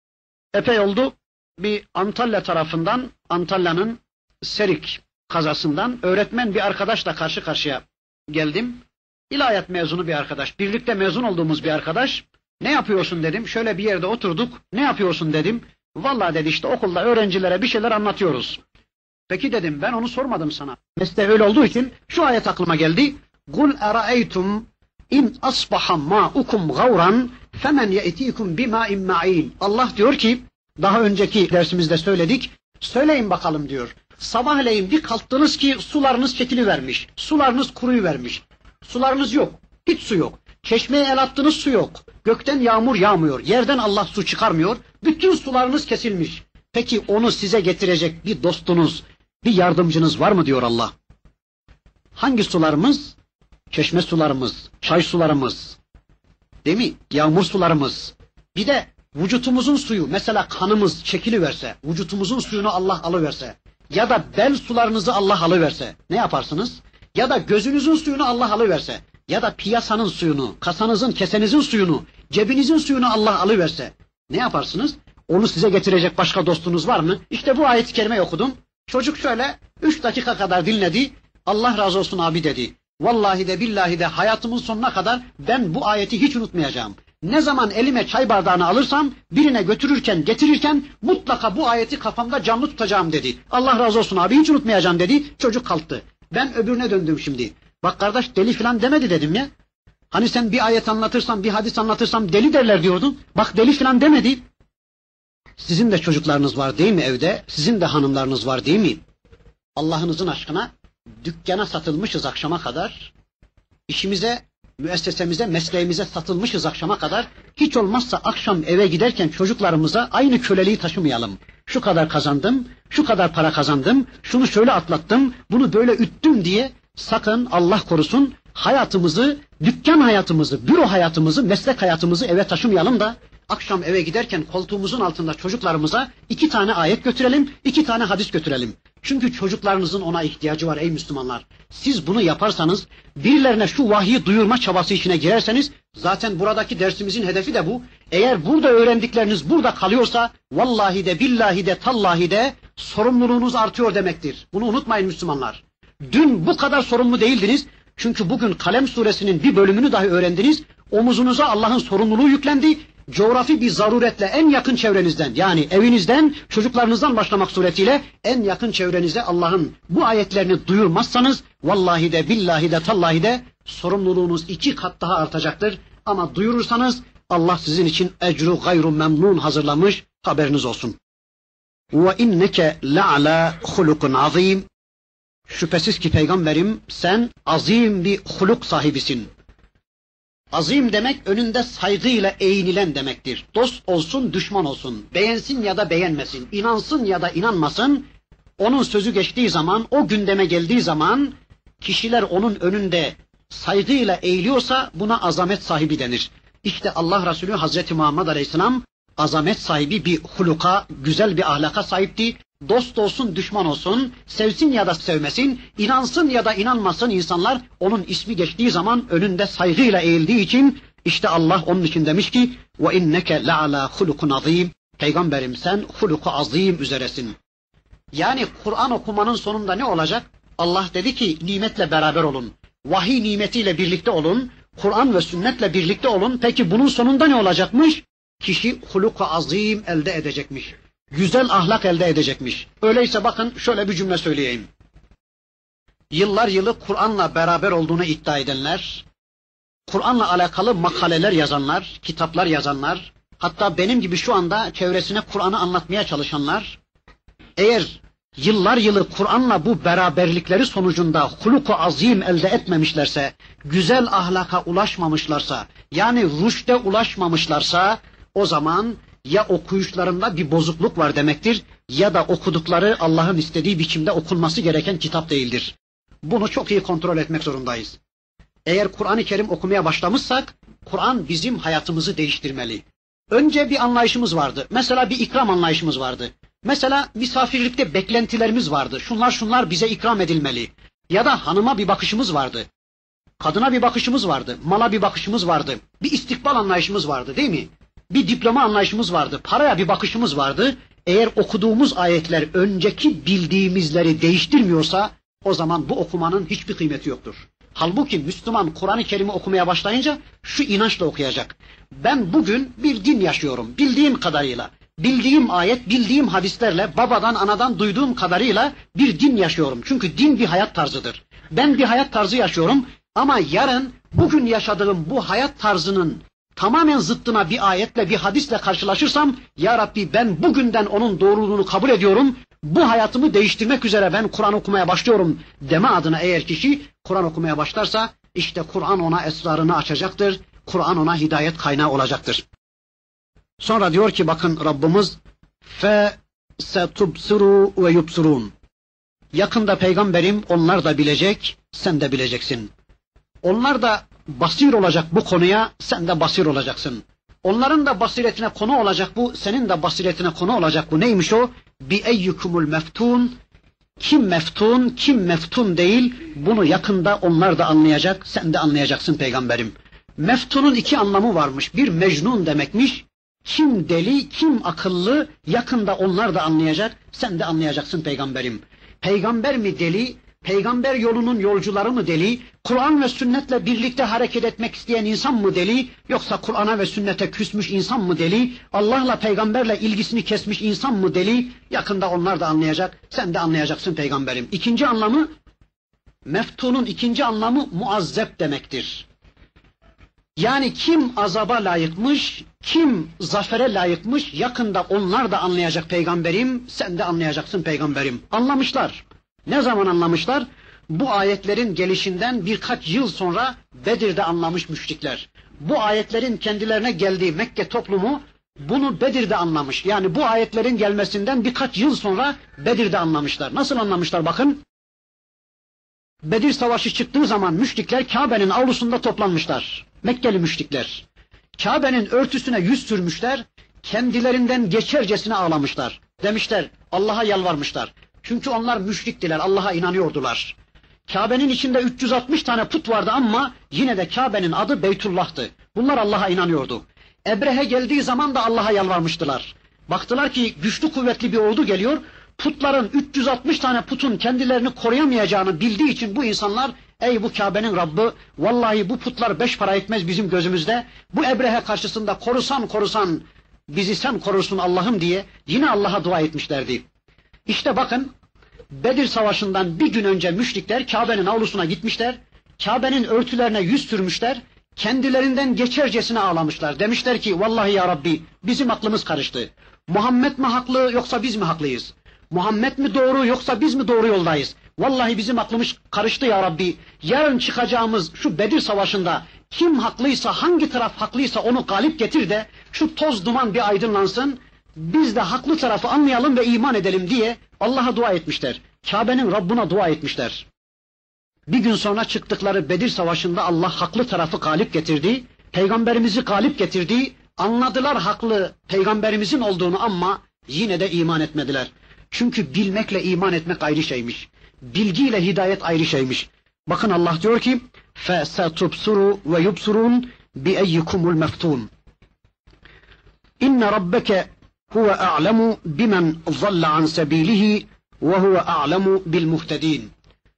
Epey oldu bir Antalya tarafından, Antalya'nın Serik kazasından öğretmen bir arkadaşla karşı karşıya geldim. İlahiyat mezunu bir arkadaş, birlikte mezun olduğumuz bir arkadaş. Ne yapıyorsun dedim, şöyle bir yerde oturduk, ne yapıyorsun dedim. Vallahi dedi işte okulda öğrencilere bir şeyler anlatıyoruz. Peki dedim ben onu sormadım sana. Mesleği öyle olduğu için şu ayet aklıma geldi. Kul eraeytum in asbaha ma'ukum gavran femen ye'tikum bima'in ma'in. Allah diyor ki, daha önceki dersimizde söyledik, söyleyin bakalım diyor. Sabahleyin bir kalktınız ki sularınız çekilivermiş, sularınız kuruyuvermiş. Sularınız yok, hiç su yok. Çeşmeye el attınız su yok. Gökten yağmur yağmıyor, yerden Allah su çıkarmıyor. Bütün sularınız kesilmiş. Peki onu size getirecek bir dostunuz, bir yardımcınız var mı diyor Allah. Hangi sularımız? Çeşme sularımız, çay sularımız, değil mi? Yağmur sularımız. Bir de vücutumuzun suyu, mesela kanımız çekiliverse, vücutumuzun suyunu Allah alıverse, ya da bel sularınızı Allah alıverse, ne yaparsınız? Ya da gözünüzün suyunu Allah alıverse, ya da piyasanın suyunu, kasanızın, kesenizin suyunu, cebinizin suyunu Allah alıverse, ne yaparsınız? Onu size getirecek başka dostunuz var mı? İşte bu ayet-i kerimeyi okudum. Çocuk şöyle 3 dakika kadar dinledi. Allah razı olsun abi dedi. Vallahi de billahi de hayatımın sonuna kadar ben bu ayeti hiç unutmayacağım. Ne zaman elime çay bardağını alırsam birine götürürken getirirken mutlaka bu ayeti kafamda canlı tutacağım dedi. Allah razı olsun abi hiç unutmayacağım dedi. Çocuk kalktı. Ben öbürüne döndüm şimdi. Bak kardeş deli falan demedi dedim ya. Hani sen bir ayet anlatırsan bir hadis anlatırsam deli derler diyordun. Bak deli falan demedi. Sizin de çocuklarınız var değil mi evde? Sizin de hanımlarınız var değil mi? Allah'ınızın aşkına dükkana satılmışız akşama kadar. İşimize, müessesemize, mesleğimize satılmışız akşama kadar. Hiç olmazsa akşam eve giderken çocuklarımıza aynı köleliği taşımayalım. Şu kadar kazandım, şu kadar para kazandım, şunu şöyle atlattım, bunu böyle üttüm diye sakın Allah korusun hayatımızı, dükkan hayatımızı, büro hayatımızı, meslek hayatımızı eve taşımayalım da akşam eve giderken koltuğumuzun altında çocuklarımıza 2 tane ayet götürelim, 2 tane hadis götürelim. Çünkü çocuklarınızın ona ihtiyacı var ey Müslümanlar. Siz bunu yaparsanız, birilerine şu vahyi duyurma çabası içine girerseniz, zaten buradaki dersimizin hedefi de bu. Eğer burada öğrendikleriniz burada kalıyorsa, vallahi de, billahi de, tallahi de sorumluluğunuz artıyor demektir. Bunu unutmayın Müslümanlar. Dün bu kadar sorumlu değildiniz. Çünkü bugün Kalem suresinin bir bölümünü dahi öğrendiniz. Omuzunuza Allah'ın sorumluluğu yüklendi. Coğrafi bir zaruretle en yakın çevrenizden, yani evinizden, çocuklarınızdan başlamak suretiyle en yakın çevrenize Allah'ın bu ayetlerini duyurmazsanız, vallahi de, billahi de, tallahi de sorumluluğunuz 2 kat daha artacaktır. Ama duyurursanız Allah sizin için ecru gayru memnun hazırlamış, haberiniz olsun. Ve inneke le'ala hulukun azim. Şüphesiz ki peygamberim sen azim bir huluk sahibisin. Azim demek önünde saygıyla eğinilen demektir. Dost olsun, düşman olsun, beğensin ya da beğenmesin, inansın ya da inanmasın, onun sözü geçtiği zaman, o gündeme geldiği zaman, kişiler onun önünde saygıyla eğiliyorsa buna azamet sahibi denir. İşte Allah Resulü Hazreti Muhammed Aleyhisselam azamet sahibi bir huluka, güzel bir ahlaka sahipti. Dost olsun, düşman olsun, sevsin ya da sevmesin, inansın ya da inanmasın insanlar onun ismi geçtiği zaman önünde saygıyla eğildiği için işte Allah onun için demiş ki ve inneke le'ala hulukun azim. Peygamberim sen huluku azim üzeresin. Yani Kur'an okumanın sonunda ne olacak? Allah dedi ki nimetle beraber olun. Vahiy nimetiyle birlikte olun. Kur'an ve sünnetle birlikte olun. Peki bunun sonunda ne olacakmış? Kişi huluku azim elde edecekmiş. Güzel ahlak elde edecekmiş. Öyleyse bakın şöyle bir cümle söyleyeyim. Yıllar yılı Kur'an'la beraber olduğunu iddia edenler, Kur'an'la alakalı makaleler yazanlar, kitaplar yazanlar, hatta benim gibi şu anda çevresine Kur'an'ı anlatmaya çalışanlar, eğer yıllar yılı Kur'an'la bu beraberlikleri sonucunda huluku azim elde etmemişlerse, güzel ahlaka ulaşmamışlarsa, yani rüşte ulaşmamışlarsa, o zaman ya okuyuşlarında bir bozukluk var demektir ya da okudukları Allah'ın istediği biçimde okunması gereken kitap değildir. Bunu çok iyi kontrol etmek zorundayız. Eğer Kur'an-ı Kerim okumaya başlamışsak, Kur'an bizim hayatımızı değiştirmeli. Önce bir anlayışımız vardı. Mesela bir ikram anlayışımız vardı. Mesela misafirlikte beklentilerimiz vardı. Şunlar bize ikram edilmeli. Ya da hanıma bir bakışımız vardı. Kadına bir bakışımız vardı. Mala bir bakışımız vardı. Bir istikbal anlayışımız vardı değil mi? Bir diploma anlayışımız vardı. Paraya bir bakışımız vardı. Eğer okuduğumuz ayetler önceki bildiğimizleri değiştirmiyorsa o zaman bu okumanın hiçbir kıymeti yoktur. Halbuki Müslüman Kur'an-ı Kerim'i okumaya başlayınca şu inançla okuyacak. Ben bugün bir din yaşıyorum bildiğim kadarıyla. Bildiğim ayet, bildiğim hadislerle, babadan anadan duyduğum kadarıyla bir din yaşıyorum. Çünkü din bir hayat tarzıdır. Ben bir hayat tarzı yaşıyorum ama yarın bugün yaşadığım bu hayat tarzının tamamen zıttına bir ayetle, bir hadisle karşılaşırsam, ya Rabbi ben bugünden onun doğruluğunu kabul ediyorum, bu hayatımı değiştirmek üzere ben Kur'an okumaya başlıyorum deme adına eğer kişi Kur'an okumaya başlarsa, işte Kur'an ona esrarını açacaktır, Kur'an ona hidayet kaynağı olacaktır. Sonra diyor ki bakın Rabbimiz, فَسَتُبْصِرُوا وَيُبْصِرُونَ. Yakında peygamberim onlar da bilecek, sen de bileceksin. Onlar da basir olacak bu konuya, sen de basir olacaksın. Onların da basiretine konu olacak bu, senin de basiretine konu olacak bu. Neymiş o? بِاَيُّكُمُ الْمَفْتُونَ. Kim meftun, kim meftun değil, bunu yakında onlar da anlayacak, sen de anlayacaksın peygamberim. Meftunun 2 anlamı varmış. Bir mecnun demekmiş. Kim deli, kim akıllı, yakında onlar da anlayacak, sen de anlayacaksın peygamberim. Peygamber mi deli, peygamber yolunun yolcuları mı deli, Kur'an ve sünnetle birlikte hareket etmek isteyen insan mı deli, yoksa Kur'an'a ve sünnete küsmüş insan mı deli, Allah'la peygamberle ilgisini kesmiş insan mı deli, yakında onlar da anlayacak, sen de anlayacaksın peygamberim. İkinci anlamı, meftunun ikinci anlamı muazzeb demektir. Yani kim azaba layıkmış, Kim zafere layıkmış, yakında onlar da anlayacak peygamberim, sen de anlayacaksın peygamberim. Anlamışlar. Ne zaman anlamışlar? Bu ayetlerin gelişinden birkaç yıl sonra Bedir'de anlamış müşrikler. Bu ayetlerin kendilerine geldiği Mekke toplumu bunu Bedir'de anlamış. Yani bu ayetlerin gelmesinden birkaç yıl sonra Bedir'de anlamışlar. Nasıl anlamışlar bakın? Bedir Savaşı çıktığı zaman müşrikler Kabe'nin avlusunda toplanmışlar. Mekkeli müşrikler. Kabe'nin örtüsüne yüz sürmüşler, kendilerinden geçercesine ağlamışlar. Demişler, Allah'a yalvarmışlar. Çünkü onlar müşriktiler, Allah'a inanıyordular. Kabe'nin içinde 360 tane put vardı ama yine de Kabe'nin adı Beytullah'tı. Bunlar Allah'a inanıyordu. Ebrehe geldiği zaman da Allah'a yalvarmıştılar. Baktılar ki güçlü kuvvetli bir ordu geliyor. Putların 360 tane putun kendilerini koruyamayacağını bildiği için bu insanlar, ey bu Kabe'nin Rabbi, vallahi bu putlar beş para etmez bizim gözümüzde. Bu Ebrehe karşısında korusan bizi sen korursun Allah'ım diye yine Allah'a dua etmişlerdi. İşte bakın Bedir Savaşı'ndan bir gün önce müşrikler Kabe'nin avlusuna gitmişler. Kabe'nin örtülerine yüz sürmüşler. Kendilerinden geçercesine ağlamışlar. Demişler ki vallahi ya Rabbi bizim aklımız karıştı. Muhammed mi haklı yoksa biz mi haklıyız? Muhammed mi doğru yoksa biz mi doğru yoldayız? Vallahi bizim aklımız karıştı ya Rabbi. Yarın çıkacağımız şu Bedir Savaşı'nda kim haklıysa, hangi taraf haklıysa onu galip getir de şu toz duman bir aydınlansın. Biz de haklı tarafı anlayalım ve iman edelim diye Allah'a dua etmişler. Kabe'nin Rabbına dua etmişler. Bir gün sonra çıktıkları Bedir Savaşı'nda Allah haklı tarafı galip getirdi. Peygamberimizi galip getirdi. Anladılar haklı peygamberimizin olduğunu ama yine de iman etmediler. Çünkü bilmekle iman etmek ayrı şeymiş. Bilgiyle hidayet ayrı şeymiş. Bakın Allah diyor ki فَسَتُبْصُرُوا وَيُبْصُرُونَ بِأَيِّكُمُ الْمَفْتُونَ İnne rabbeke huve a'lemu bimen zalla an sebilihi ve huve a'lemu bil muhtedin.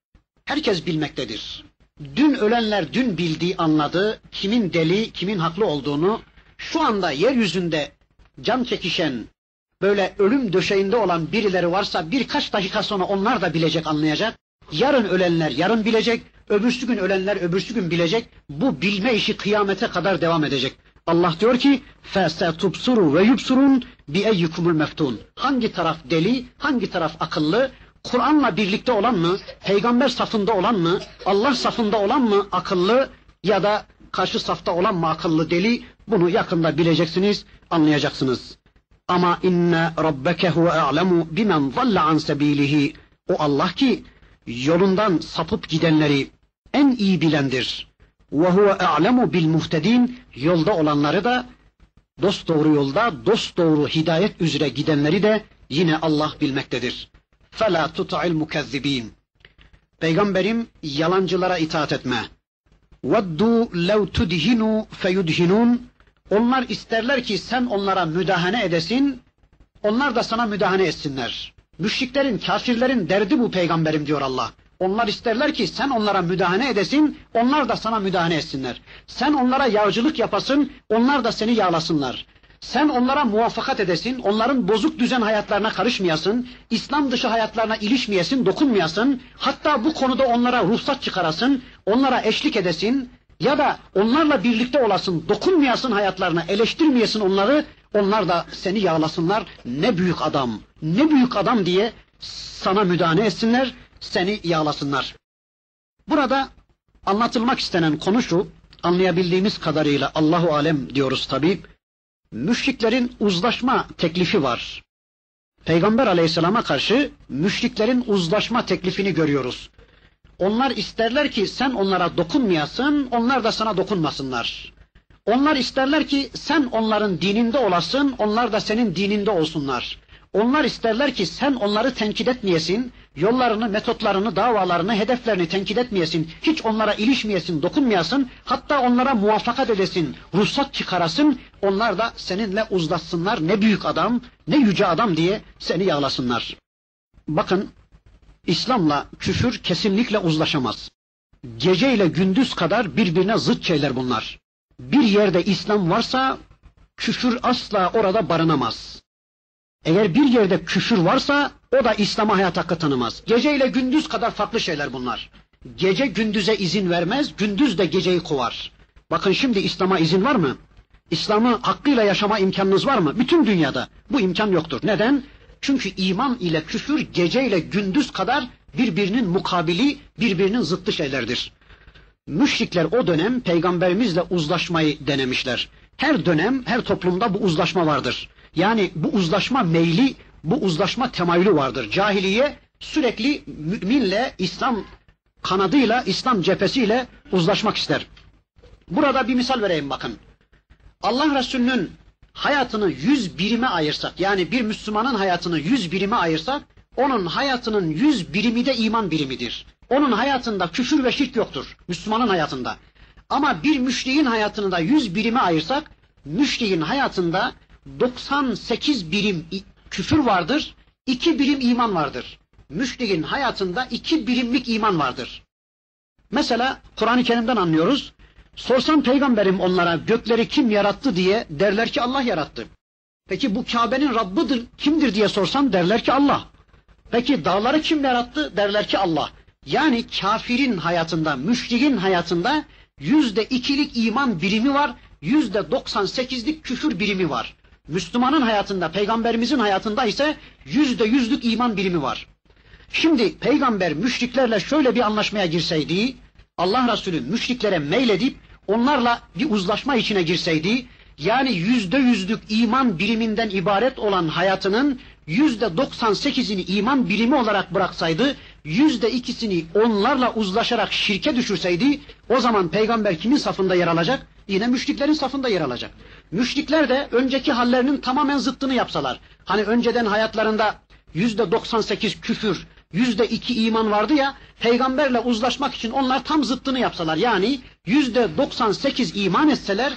Herkes bilmektedir. Dün ölenler dün bildi, anladı, kimin deli, kimin haklı olduğunu. Şu anda yeryüzünde can çekişen, böyle ölüm döşeğinde olan birileri varsa birkaç dakika sonra onlar da bilecek, anlayacak. Yarın ölenler yarın bilecek, öbürsü gün ölenler öbürsü gün bilecek. Bu bilme işi kıyamete kadar devam edecek. Allah diyor ki فَسَتُبْصُرُوا وَيُبْصُرُونَ بِأَيِّكُمُ الْمَفْتُونَ. Hangi taraf deli, hangi taraf akıllı, Kur'an'la birlikte olan mı, peygamber safında olan mı, Allah safında olan mı akıllı ya da karşı safta olan mı akıllı deli, bunu yakında bileceksiniz, anlayacaksınız. Ama inne rabbeke huve a'lemu bimen zalla an sebilihi. O Allah ki yolundan sapıp gidenleri en iyi bilendir. Ve huve a'lemu bil muhtedin. Yolda olanları da, dosdoğru yolda, dosdoğru hidayet üzere gidenleri de yine Allah bilmektedir. فَلَا تُطَعِ الْمُكَذِّب۪ينَ. Peygamberim yalancılara itaat etme. وَدُّوا لَوْ تُدْهِنُوا فَيُدْهِنُونَ. Onlar isterler ki sen onlara müdahale edesin, onlar da sana müdahale etsinler. Müşriklerin, kafirlerin derdi bu peygamberim diyor Allah. Onlar isterler ki sen onlara müdahale edesin, onlar da sana müdahale etsinler. Sen onlara yağcılık yapasın, onlar da seni yağlasınlar. Sen onlara muvaffakat edesin, onların bozuk düzen hayatlarına karışmayasın, İslam dışı hayatlarına ilişmeyesin, dokunmayasın, hatta bu konuda onlara ruhsat çıkarasın, onlara eşlik edesin ya da onlarla birlikte olasın, dokunmayasın hayatlarına, eleştirmeyesin onları, onlar da seni yağlasınlar, ne büyük adam, ne büyük adam diye sana müdahale etsinler, seni yağlasınlar. Burada anlatılmak istenen konu şu, anlayabildiğimiz kadarıyla Allahu alem diyoruz tabii. Müşriklerin uzlaşma teklifi var. Peygamber aleyhisselama karşı müşriklerin uzlaşma teklifini görüyoruz. Onlar isterler ki sen onlara dokunmayasın, onlar da sana dokunmasınlar. Onlar isterler ki sen onların dininde olasın, onlar da senin dininde olsunlar. Onlar isterler ki sen onları tenkit etmeyesin, yollarını, metotlarını, davalarını, hedeflerini tenkit etmeyesin, hiç onlara ilişmeyesin, dokunmayasın, hatta onlara muvaffakat edesin, ruhsat çıkarasın, onlar da seninle uzlaşsınlar, ne büyük adam, ne yüce adam diye seni yağlasınlar. Bakın, İslam'la küfür kesinlikle uzlaşamaz. Gece ile gündüz kadar birbirine zıt şeyler bunlar. Bir yerde İslam varsa, küfür asla orada barınamaz. Eğer bir yerde küfür varsa o da İslam'a hayat hakkı tanımaz. Gece ile gündüz kadar farklı şeyler bunlar. Gece gündüze izin vermez, gündüz de geceyi kovar. Bakın şimdi İslam'a izin var mı? İslam'ı hakkıyla yaşama imkanınız var mı? Bütün dünyada bu imkan yoktur. Neden? Çünkü iman ile küfür gece ile gündüz kadar birbirinin mukabili, birbirinin zıttı şeylerdir. Müşrikler o dönem peygamberimizle uzlaşmayı denemişler. Her dönem, her toplumda bu uzlaşma vardır. Yani bu uzlaşma meyli, bu uzlaşma temayülü vardır. Cahiliye sürekli müminle, İslam kanadıyla, İslam cephesiyle uzlaşmak ister. Burada bir misal vereyim bakın. Allah Resulü'nün hayatını 100 birime ayırsak, yani bir Müslümanın hayatını 100 birime ayırsak, onun hayatının 100 birimi de iman birimidir. Onun hayatında küfür ve şirk yoktur, Müslümanın hayatında. Ama bir müşriğin hayatını da 100 birime ayırsak, müşriğin hayatında 98 birim küfür vardır, 2 birim iman vardır. Müşriğin hayatında 2 birimlik iman vardır. Mesela Kur'an-ı Kerim'den anlıyoruz. Sorsam peygamberim onlara gökleri kim yarattı diye derler ki Allah yarattı. Peki bu Kabe'nin Rabbidir, kimdir diye sorsam derler ki Allah. Peki dağları kim yarattı derler ki Allah. Yani kafirin hayatında, müşriğin hayatında %2'lik iman birimi var, %98'lik küfür birimi var. Müslümanın hayatında, peygamberimizin hayatında ise %100'lük iman birimi var. Şimdi peygamber müşriklerle şöyle bir anlaşmaya girseydi, Allah Resulü müşriklere meyledip onlarla bir uzlaşma içine girseydi, yani %100'lük iman biriminden ibaret olan hayatının %98'ini iman birimi olarak bıraksaydı, %2'sini onlarla uzlaşarak şirke düşürseydi, o zaman peygamber kimin safında yer alacak? Yine müşriklerin safında yer alacak. Müşrikler de önceki hallerinin tamamen zıttını yapsalar, hani önceden hayatlarında %98 küfür, %2 iman vardı ya, peygamberle uzlaşmak için onlar tam zıttını yapsalar, yani %98 iman etseler,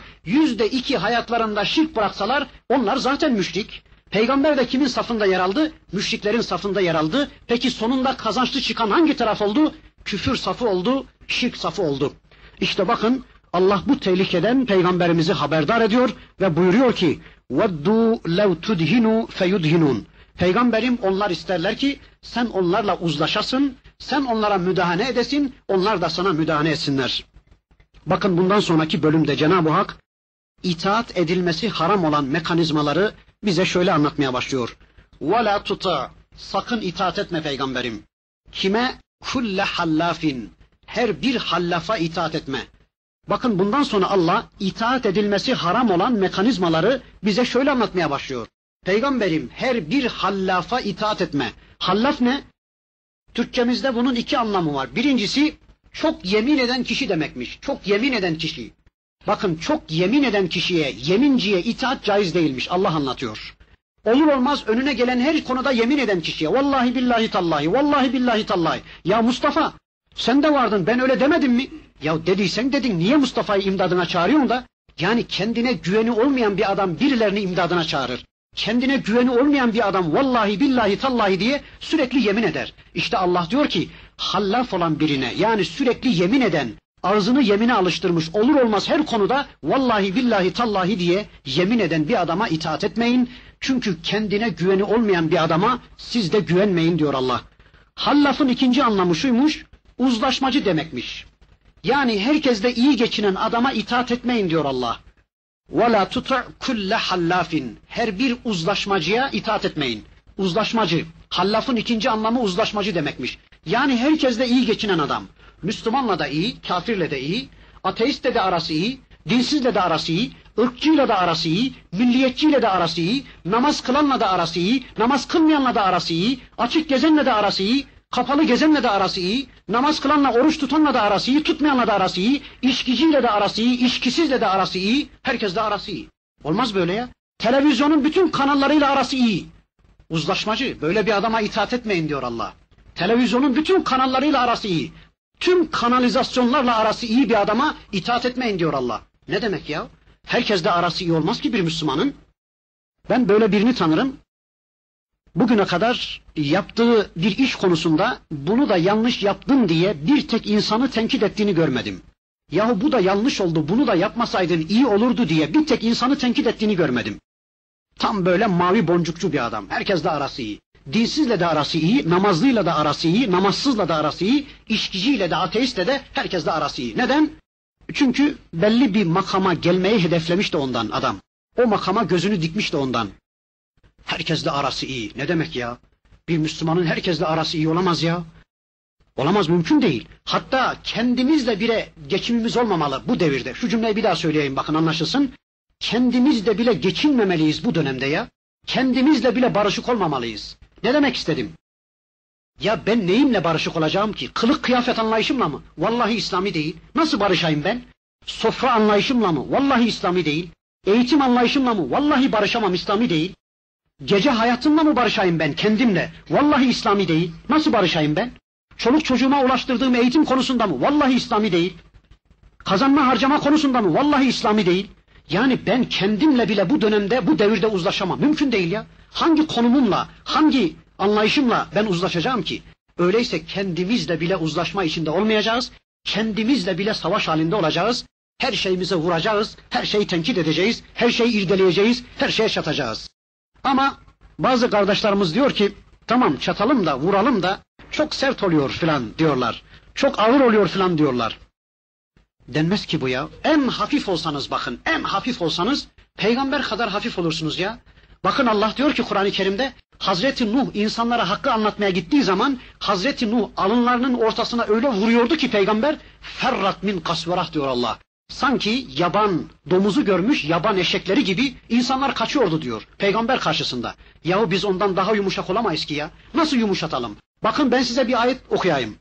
%2 hayatlarında şirk bıraksalar, onlar zaten müşrik. Peygamber de kimin safında yer aldı? Müşriklerin safında yer aldı. Peki sonunda kazançlı çıkan hangi taraf oldu? Küfür safı oldu, şirk safı oldu. İşte bakın Allah bu tehlikeden peygamberimizi haberdar ediyor ve buyuruyor ki وَدُّوا لَوْ تُدْهِنُوا فَيُدْهِنُونَ. Peygamberim onlar isterler ki sen onlarla uzlaşasın, sen onlara müdahale edesin, onlar da sana müdahale etsinler. Bakın bundan sonraki bölümde Cenab-ı Hak itaat edilmesi haram olan mekanizmaları bize şöyle anlatmaya başlıyor. وَلَا تُطَعْ. Sakın itaat etme peygamberim. Kime? كُلَّ حَلَّافٍ. Her bir hallafa itaat etme. Bakın bundan sonra Allah itaat edilmesi haram olan mekanizmaları bize şöyle anlatmaya başlıyor. Peygamberim her bir hallafa itaat etme. Hallaf ne? Türkçemizde bunun iki anlamı var. Birincisi çok yemin eden kişi demekmiş. Çok yemin eden kişi. Bakın çok yemin eden kişiye, yeminciye itaat caiz değilmiş. Allah anlatıyor. Olur olmaz önüne gelen her konuda yemin eden kişiye. Vallahi billahi tallahi, vallahi billahi tallahi. Ya Mustafa sen de vardın, ben öyle demedim mi? Ya dediysen dedin, niye Mustafa'yı imdadına çağırıyorsun da? Yani kendine güveni olmayan bir adam birilerini imdadına çağırır. Kendine güveni olmayan bir adam vallahi billahi tallahi diye sürekli yemin eder. İşte Allah diyor ki hallaf olan birine, yani sürekli yemin eden, ağzını yemine alıştırmış, olur olmaz her konuda vallahi billahi tallahi diye yemin eden bir adama itaat etmeyin. Çünkü kendine güveni olmayan bir adama siz de güvenmeyin diyor Allah. Hallafın ikinci anlamı şuymuş, uzlaşmacı demekmiş. Yani herkesle iyi geçinen adama itaat etmeyin diyor Allah. وَلَا تُطَعْ كُلَّ حَلَّافٍ. Her bir uzlaşmacıya itaat etmeyin. Uzlaşmacı. Hallafın ikinci anlamı uzlaşmacı demekmiş. Yani herkesle iyi geçinen adam. Müslümanla da iyi, kafirle de iyi, ateistle de arası iyi, dinsizle de arası iyi, ırkçıyla da arası iyi, milliyetçiyle de arası iyi, namaz kılanla da arası iyi, namaz kılmayanla da arası iyi, açık gezenle de arası iyi, kapalı gezenle de arası iyi, namaz kılanla oruç tutanla da arası iyi, tutmayanla da arası iyi, içkiciyle de arası iyi, içkisizle de arası iyi, herkesle arası iyi. Olmaz böyle ya. Televizyonun bütün kanallarıyla arası iyi. Uzlaşmacı, böyle bir adama itaat etmeyin diyor Allah. Televizyonun bütün kanallarıyla arası iyi. Tüm kanalizasyonlarla arası iyi bir adama itaat etmeyin diyor Allah. Ne demek ya? Herkesle arası iyi olmaz ki bir Müslümanın. Ben böyle birini tanırım. Bugüne kadar yaptığı bir iş konusunda bunu da yanlış yaptın diye bir tek insanı tenkit ettiğini görmedim. Yahu bu da yanlış oldu, bunu da yapmasaydın iyi olurdu diye bir tek insanı tenkit ettiğini görmedim. Tam böyle mavi boncukçu bir adam. Herkesle arası iyi. Dinsizle de arası iyi, namazlıyla da arası iyi, namazsızla da arası iyi, içkiciyle de ateistle de herkesle arası iyi. Neden? Çünkü belli bir makama gelmeyi hedeflemiş de ondan adam. O makama gözünü dikmiş de ondan. Herkesle arası iyi. Ne demek ya? Bir Müslümanın herkesle arası iyi olamaz ya. Olamaz, mümkün değil. Hatta kendimizle bile geçimimiz olmamalı bu devirde. Şu cümleyi bir daha söyleyeyim, bakın anlaşılsın. Kendimizle bile geçinmemeliyiz bu dönemde ya. Kendimizle bile barışık olmamalıyız. Ne demek istedim? Ya ben neyimle barışık olacağım ki? Kılık kıyafet anlayışımla mı? Vallahi İslami değil. Nasıl barışayım ben? Sofra anlayışımla mı? Vallahi İslami değil. Eğitim anlayışımla mı? Vallahi barışamam, İslami değil. Gece hayatımla mı barışayım ben kendimle? Vallahi İslami değil. Nasıl barışayım ben? Çoluk çocuğuma ulaştırdığım eğitim konusunda mı? Vallahi İslami değil. Kazanma harcama konusunda mı? Vallahi İslami değil. Yani ben kendimle bile bu dönemde, bu devirde uzlaşamam. Mümkün değil ya. Hangi konumumla, hangi anlayışımla ben uzlaşacağım ki? Öyleyse kendimizle bile uzlaşma içinde olmayacağız. Kendimizle bile savaş halinde olacağız. Her şeyimize vuracağız, her şeyi tenkit edeceğiz, her şeyi irdeleyeceğiz, her şeye çatacağız. Ama bazı kardeşlerimiz diyor ki, tamam çatalım da vuralım da çok sert oluyor filan diyorlar. Çok ağır oluyor filan diyorlar. Denmez ki bu ya. En hafif olsanız bakın, en hafif olsanız peygamber kadar hafif olursunuz ya. Bakın Allah diyor ki Kur'an-ı Kerim'de, Hazreti Nuh insanlara hakkı anlatmaya gittiği zaman Hazreti Nuh alınlarının ortasına öyle vuruyordu ki peygamber, ferrat min kasverah diyor Allah. Sanki yaban domuzu görmüş yaban eşekleri gibi insanlar kaçıyordu diyor peygamber karşısında. Yahu biz ondan daha yumuşak olamayız ki ya. Nasıl yumuşatalım? Bakın ben size bir ayet okuyayım.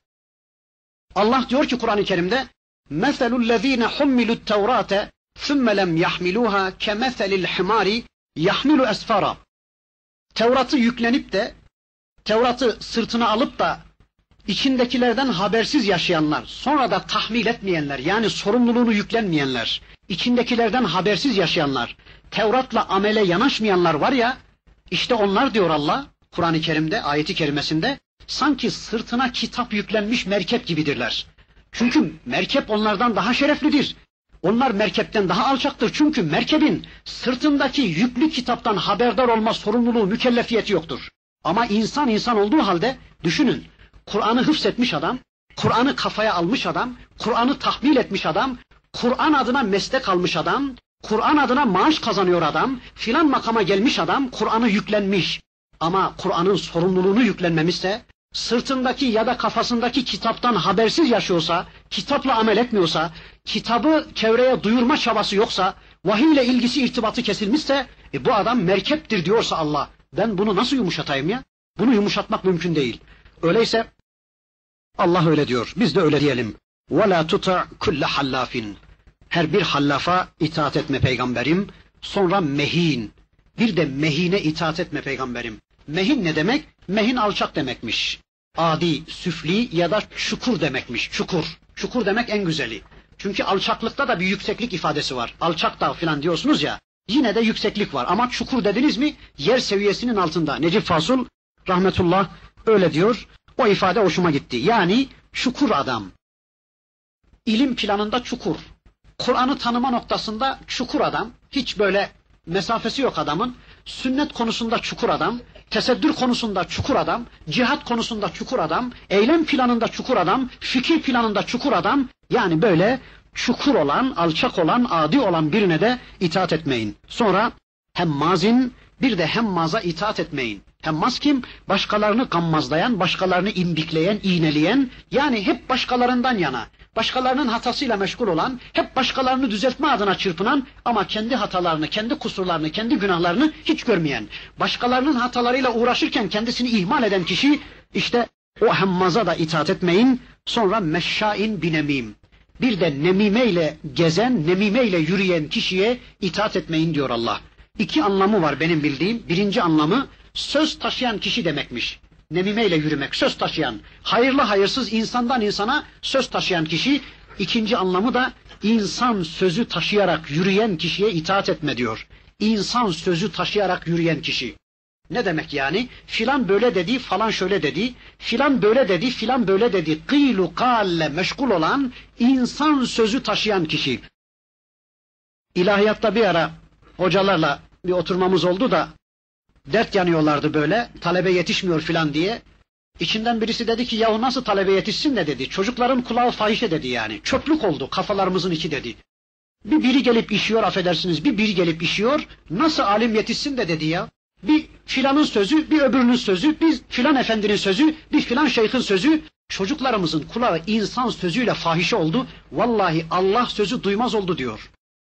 Allah diyor ki Kur'an-ı Kerim'de, مَثَلُ الَّذ۪ينَ حُمِّلُوا التَّوْرَاتَ ثُمَّ لَمْ يَحْمِلُوهَا كَمَثَلِ الْحِمَارِ يَحْمِلُ أَسْفَارًا. Tevrat'ı yüklenip de, Tevrat'ı sırtına alıp da içindekilerden habersiz yaşayanlar, sonra da tahmil etmeyenler, yani sorumluluğunu yüklenmeyenler, içindekilerden habersiz yaşayanlar, Tevrat'la amele yanaşmayanlar var ya, işte onlar diyor Allah, Kur'an-ı Kerim'de, ayeti kerimesinde, sanki sırtına kitap yüklenmiş merkep gibidirler. Çünkü merkep onlardan daha şereflidir. Onlar merkepten daha alçaktır. Çünkü merkebin sırtındaki yüklü kitaptan haberdar olma sorumluluğu, mükellefiyeti yoktur. Ama insan olduğu halde düşünün, Kur'an'ı hıfzetmiş adam, Kur'an'ı kafaya almış adam, Kur'an'ı tahmil etmiş adam, Kur'an adına meslek almış adam, Kur'an adına maaş kazanıyor adam, filan makama gelmiş adam, Kur'an'ı yüklenmiş. Ama Kur'an'ın sorumluluğunu yüklenmemişse, sırtındaki ya da kafasındaki kitaptan habersiz yaşıyorsa, kitapla amel etmiyorsa, kitabı çevreye duyurma çabası yoksa, vahiyle ilgisi irtibatı kesilmişse, bu adam merkeptir diyorsa Allah, ben bunu nasıl yumuşatayım ya? Bunu yumuşatmak mümkün değil. Öyleyse Allah öyle diyor, biz de öyle diyelim. وَلَا تُطَعْ كُلَّ حَلَّافٍ. Her bir hallafa itaat etme peygamberim. Sonra mehin. Bir de mehine itaat etme peygamberim. Mehin ne demek? Mehin alçak demekmiş. Adi, süfli ya da çukur demekmiş. Çukur. Çukur demek en güzeli. Çünkü alçaklıkta da bir yükseklik ifadesi var. Alçak dağ filan diyorsunuz ya. Yine de yükseklik var. Ama çukur dediniz mi yer seviyesinin altında. Necip Fazıl rahmetullah öyle diyor. O ifade hoşuma gitti. Yani çukur adam. İlim planında çukur. Kur'an'ı tanıma noktasında çukur adam. Hiç böyle mesafesi yok adamın. Sünnet konusunda çukur adam. Tesettür konusunda çukur adam. Cihat konusunda çukur adam. Eylem planında çukur adam. Fikir planında çukur adam. Yani böyle çukur olan, alçak olan, adi olan birine de itaat etmeyin. Sonra hemmazin, bir de hemmaza itaat etmeyin. Hemmaz kim? Başkalarını gammazlayan, başkalarını imbikleyen, iğneleyen, yani hep başkalarından yana, başkalarının hatasıyla meşgul olan, hep başkalarını düzeltme adına çırpınan ama kendi hatalarını, kendi kusurlarını, kendi günahlarını hiç görmeyen, başkalarının hatalarıyla uğraşırken kendisini ihmal eden kişi, işte o hemmaza da itaat etmeyin. Sonra meşşain binemim. Bir de nemimeyle gezen, nemimeyle yürüyen kişiye itaat etmeyin diyor Allah. İki anlamı var benim bildiğim. Birinci anlamı söz taşıyan kişi demekmiş. Nemimeyle yürümek, söz taşıyan. Hayırlı hayırsız insandan insana söz taşıyan kişi. İkinci anlamı da insan sözü taşıyarak yürüyen kişiye itaat etme diyor. İnsan sözü taşıyarak yürüyen kişi. Ne demek yani? Filan böyle dedi, falan şöyle dedi, filan böyle dedi, filan böyle dedi. Kıylu kalle meşgul olan, insan sözü taşıyan kişi. İlahiyatta bir ara hocalarla bir oturmamız oldu da dert yanıyorlardı böyle, talebe yetişmiyor filan diye. İçinden birisi dedi ki yahu nasıl talebe yetişsin de dedi. Çocukların kulağı fahişe dedi yani. Çöplük oldu kafalarımızın içi dedi. Biri gelip işiyor affedersiniz, biri gelip işiyor. Nasıl alim yetişsin de dedi ya. Bir filanın sözü, bir öbürünün sözü, bir filan efendinin sözü, bir filan şeyhin sözü. Çocuklarımızın kulağı insan sözüyle fahişe oldu. Vallahi Allah sözü duymaz oldu diyor.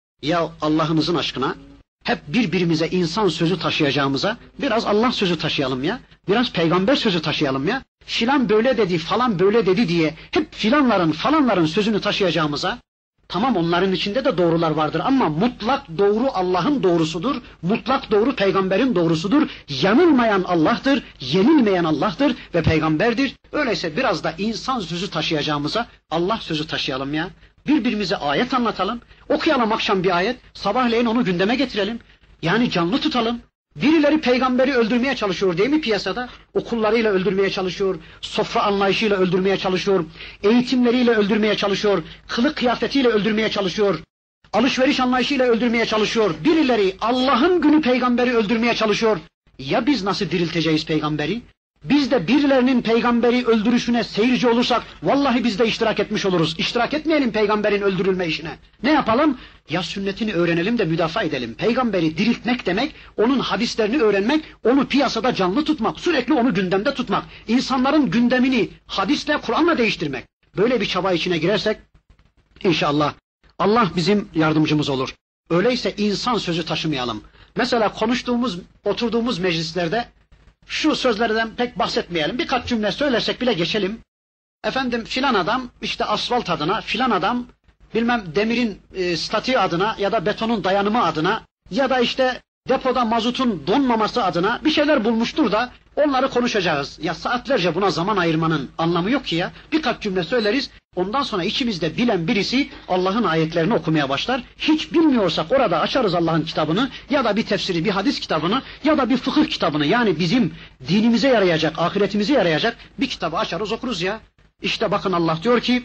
Ya Allah'ınızın aşkına hep birbirimize insan sözü taşıyacağımıza biraz Allah sözü taşıyalım ya. Biraz peygamber sözü taşıyalım ya. Filan böyle dedi, falan böyle dedi diye hep filanların, falanların sözünü taşıyacağımıza. Tamam onların içinde de doğrular vardır ama mutlak doğru Allah'ın doğrusudur. Mutlak doğru peygamberin doğrusudur. Yanılmayan Allah'tır, yenilmeyen Allah'tır ve peygamberdir. Öyleyse biraz da insan sözü taşıyacağımıza Allah sözü taşıyalım ya. Birbirimize ayet anlatalım. Okuyalım akşam bir ayet, sabahleyin onu gündeme getirelim. Yani canlı tutalım. Birileri peygamberi öldürmeye çalışıyor değil mi piyasada? Okullarıyla öldürmeye çalışıyor, sofra anlayışıyla öldürmeye çalışıyor, eğitimleriyle öldürmeye çalışıyor, kılık kıyafetiyle öldürmeye çalışıyor, alışveriş anlayışıyla öldürmeye çalışıyor. Birileri Allah'ın günü peygamberi öldürmeye çalışıyor. Ya biz nasıl dirilteceğiz peygamberi? Biz de birilerinin peygamberi öldürüşüne seyirci olursak vallahi biz de iştirak etmiş oluruz. İştirak etmeyelim peygamberin öldürülme işine. Ne yapalım? Ya sünnetini öğrenelim de müdafaa edelim. Peygamberi diriltmek demek, onun hadislerini öğrenmek, onu piyasada canlı tutmak, sürekli onu gündemde tutmak. İnsanların gündemini hadisle, Kur'an'la değiştirmek. Böyle bir çaba içine girersek inşallah Allah bizim yardımcımız olur. Öyleyse insan sözü taşımayalım. Mesela konuştuğumuz, oturduğumuz meclislerde şu sözlerden pek bahsetmeyelim. Birkaç cümle söylersek bile geçelim. Efendim filan adam işte asfalt adına, filan adam bilmem demirin statiği adına ya da betonun dayanımı adına ya da işte depoda mazotun donmaması adına bir şeyler bulmuştur da onları konuşacağız. Ya saatlerce buna zaman ayırmanın anlamı yok ki ya. Birkaç cümle söyleriz. Ondan sonra içimizde bilen birisi Allah'ın ayetlerini okumaya başlar. Hiç bilmiyorsak orada açarız Allah'ın kitabını ya da bir tefsiri, bir hadis kitabını ya da bir fıkıh kitabını. Yani bizim dinimize yarayacak, ahiretimize yarayacak bir kitabı açarız okuruz ya. İşte bakın Allah diyor ki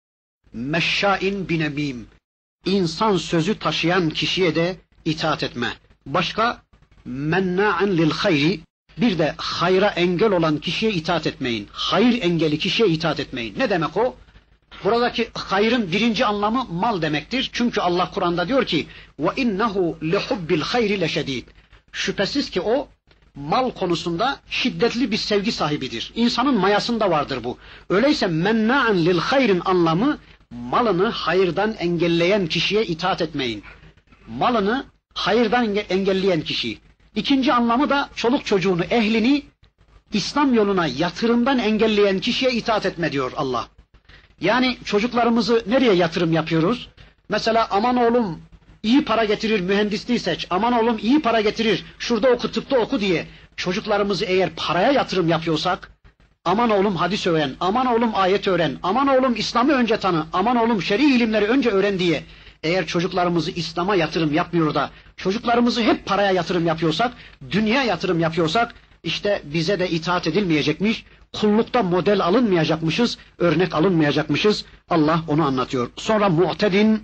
meşşain binemim. İnsan sözü taşıyan kişiye de itaat etme. Başka menna'an lil hayri. Bir de hayra engel olan kişiye itaat etmeyin. Hayır engeli kişiye itaat etmeyin. Ne demek o? Buradaki hayrın birinci anlamı mal demektir. Çünkü Allah Kur'an'da diyor ki وَاِنَّهُ لِحُبِّ الْخَيْرِ لَشَد۪يدٍ. Şüphesiz ki o mal konusunda şiddetli bir sevgi sahibidir. İnsanın mayasında vardır bu. Öyleyse menna'an lil hayrin anlamı malını hayırdan engelleyen kişiye itaat etmeyin. Malını hayırdan engelleyen kişi. İkinci anlamı da çoluk çocuğunu, ehlini İslam yoluna yatırımdan engelleyen kişiye itaat etme diyor Allah. Yani çocuklarımızı nereye yatırım yapıyoruz? Mesela aman oğlum iyi para getirir mühendisliği seç, aman oğlum iyi para getirir şurada oku tıpta oku diye çocuklarımızı eğer paraya yatırım yapıyorsak, aman oğlum hadis öğren, aman oğlum ayet öğren, aman oğlum İslam'ı önce tanı, aman oğlum şer'i ilimleri önce öğren diye eğer çocuklarımızı İslam'a yatırım yapmıyor da çocuklarımızı hep paraya yatırım yapıyorsak, dünya yatırım yapıyorsak işte bize de itaat edilmeyecekmiş, kullukta model alınmayacakmışız, örnek alınmayacakmışız. Allah onu anlatıyor. Sonra mu'tedin,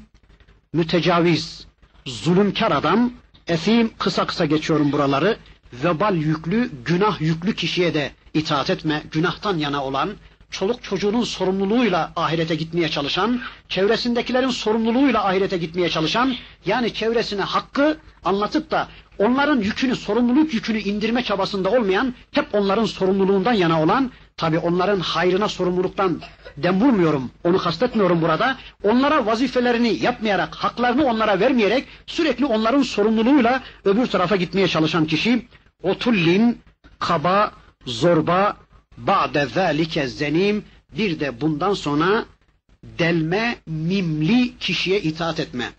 mütecaviz, zulümkar adam, efim, kısa kısa geçiyorum buraları, vebal yüklü, günah yüklü kişiye de itaat etme, günahtan yana olan, çoluk çocuğunun sorumluluğuyla ahirete gitmeye çalışan, çevresindekilerin sorumluluğuyla ahirete gitmeye çalışan, yani çevresine hakkı anlatıp da onların yükünü, sorumluluk yükünü indirme çabasında olmayan, hep onların sorumluluğundan yana olan, tabi onların hayrına sorumluluktan dem vurmuyorum, onu kastetmiyorum burada, onlara vazifelerini yapmayarak, haklarını onlara vermeyerek, sürekli onların sorumluluğuyla öbür tarafa gitmeye çalışan kişi, otullin, kaba, zorba, ba'de zâlike zenim, bir de bundan sonra delme, mimli kişiye itaat etme.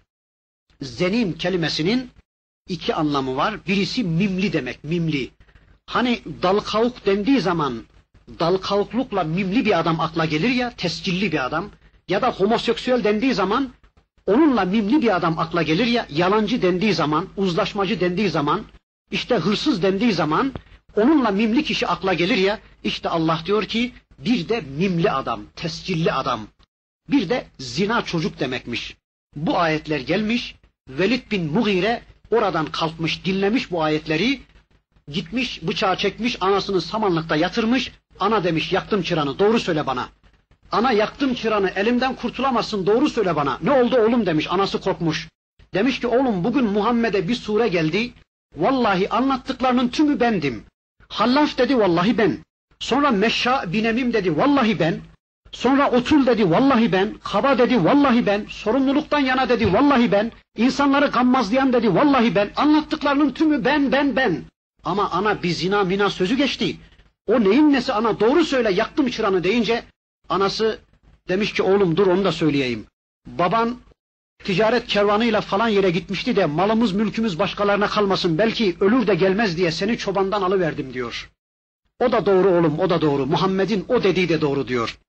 Zenim kelimesinin iki anlamı var. Birisi mimli demek, mimli. Hani dal kavuk dendiği zaman dal kavuklukla mimli bir adam akla gelir ya, tescilli bir adam. Ya da homoseksüel dendiği zaman onunla mimli bir adam akla gelir ya, yalancı dendiği zaman, uzlaşmacı dendiği zaman, işte hırsız dendiği zaman onunla mimli kişi akla gelir ya, işte Allah diyor ki bir de mimli adam, tescilli adam, bir de zina çocuk demekmiş. Bu ayetler gelmiş, Velid bin Mughire oradan kalkmış, dinlemiş bu ayetleri, gitmiş bıçağı çekmiş, anasını samanlıkta yatırmış, Ana demiş yaktım çıranı, doğru söyle bana. Ana yaktım çıranı, elimden kurtulamazsın, doğru söyle bana. Ne oldu oğlum demiş, anası korkmuş. Demiş ki oğlum bugün Muhammed'e bir sure geldi. Vallahi anlattıklarının tümü bendim. Hallaf dedi, vallahi ben. Sonra Meşşa binemim dedi, vallahi ben. Sonra Otul dedi, vallahi ben. Kaba dedi, vallahi ben. Sorumluluktan yana dedi, vallahi ben. İnsanları gammazlayan dedi, vallahi ben. Anlattıklarının tümü ben. Ama ana bir zina mina sözü geçti. O neyin nesi ana, doğru söyle yaktım çıranı deyince anası demiş ki oğlum dur onu da söyleyeyim. Baban ticaret kervanıyla falan yere gitmişti de malımız mülkümüz başkalarına kalmasın belki ölür de gelmez diye seni çobandan alıverdim diyor. O da doğru oğlum, o da doğru. Muhammed'in o dediği de doğru diyor.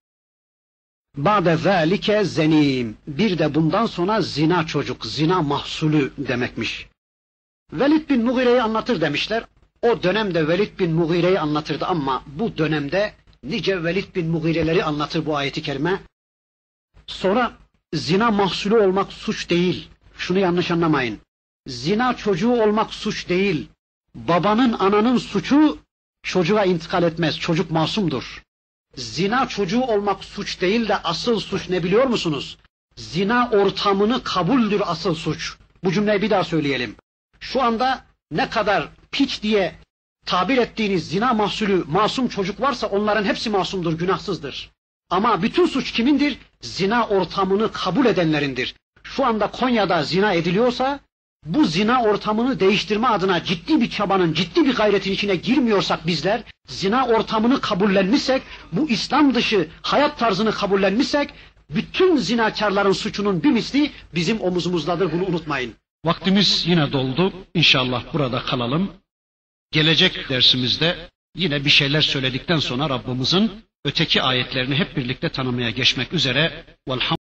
Ba'de zâlike zenim. Bir de bundan sonra zina çocuk, zina mahsulü demekmiş. Velid bin Mughire'yi anlatır demişler. O dönemde Velid bin Mughire'yi anlatırdı ama bu dönemde nice Velid bin Mughire'leri anlatır bu ayeti kerime. Sonra zina mahsulü olmak suç değil. Şunu yanlış anlamayın. Zina çocuğu olmak suç değil. Babanın, ananın suçu çocuğa intikal etmez. Çocuk masumdur. Zina çocuğu olmak suç değil de asıl suç ne biliyor musunuz? Zina ortamını kabuldür asıl suç. Bu cümleyi bir daha söyleyelim. Şu anda ne kadar piç diye tabir ettiğiniz zina mahsulü masum çocuk varsa onların hepsi masumdur, günahsızdır. Ama bütün suç kimindir? Zina ortamını kabul edenlerindir. Şu anda Konya'da zina ediliyorsa, bu zina ortamını değiştirme adına ciddi bir çabanın, ciddi bir gayretin içine girmiyorsak bizler, zina ortamını kabullenmişsek, bu İslam dışı hayat tarzını kabullenmişsek, bütün zinakarların suçunun bir misli bizim omuzumuzdadır, bunu unutmayın. Vaktimiz yine doldu, İnşallah burada kalalım. Gelecek dersimizde yine bir şeyler söyledikten sonra Rabbimizin öteki ayetlerini hep birlikte tanımaya geçmek üzere.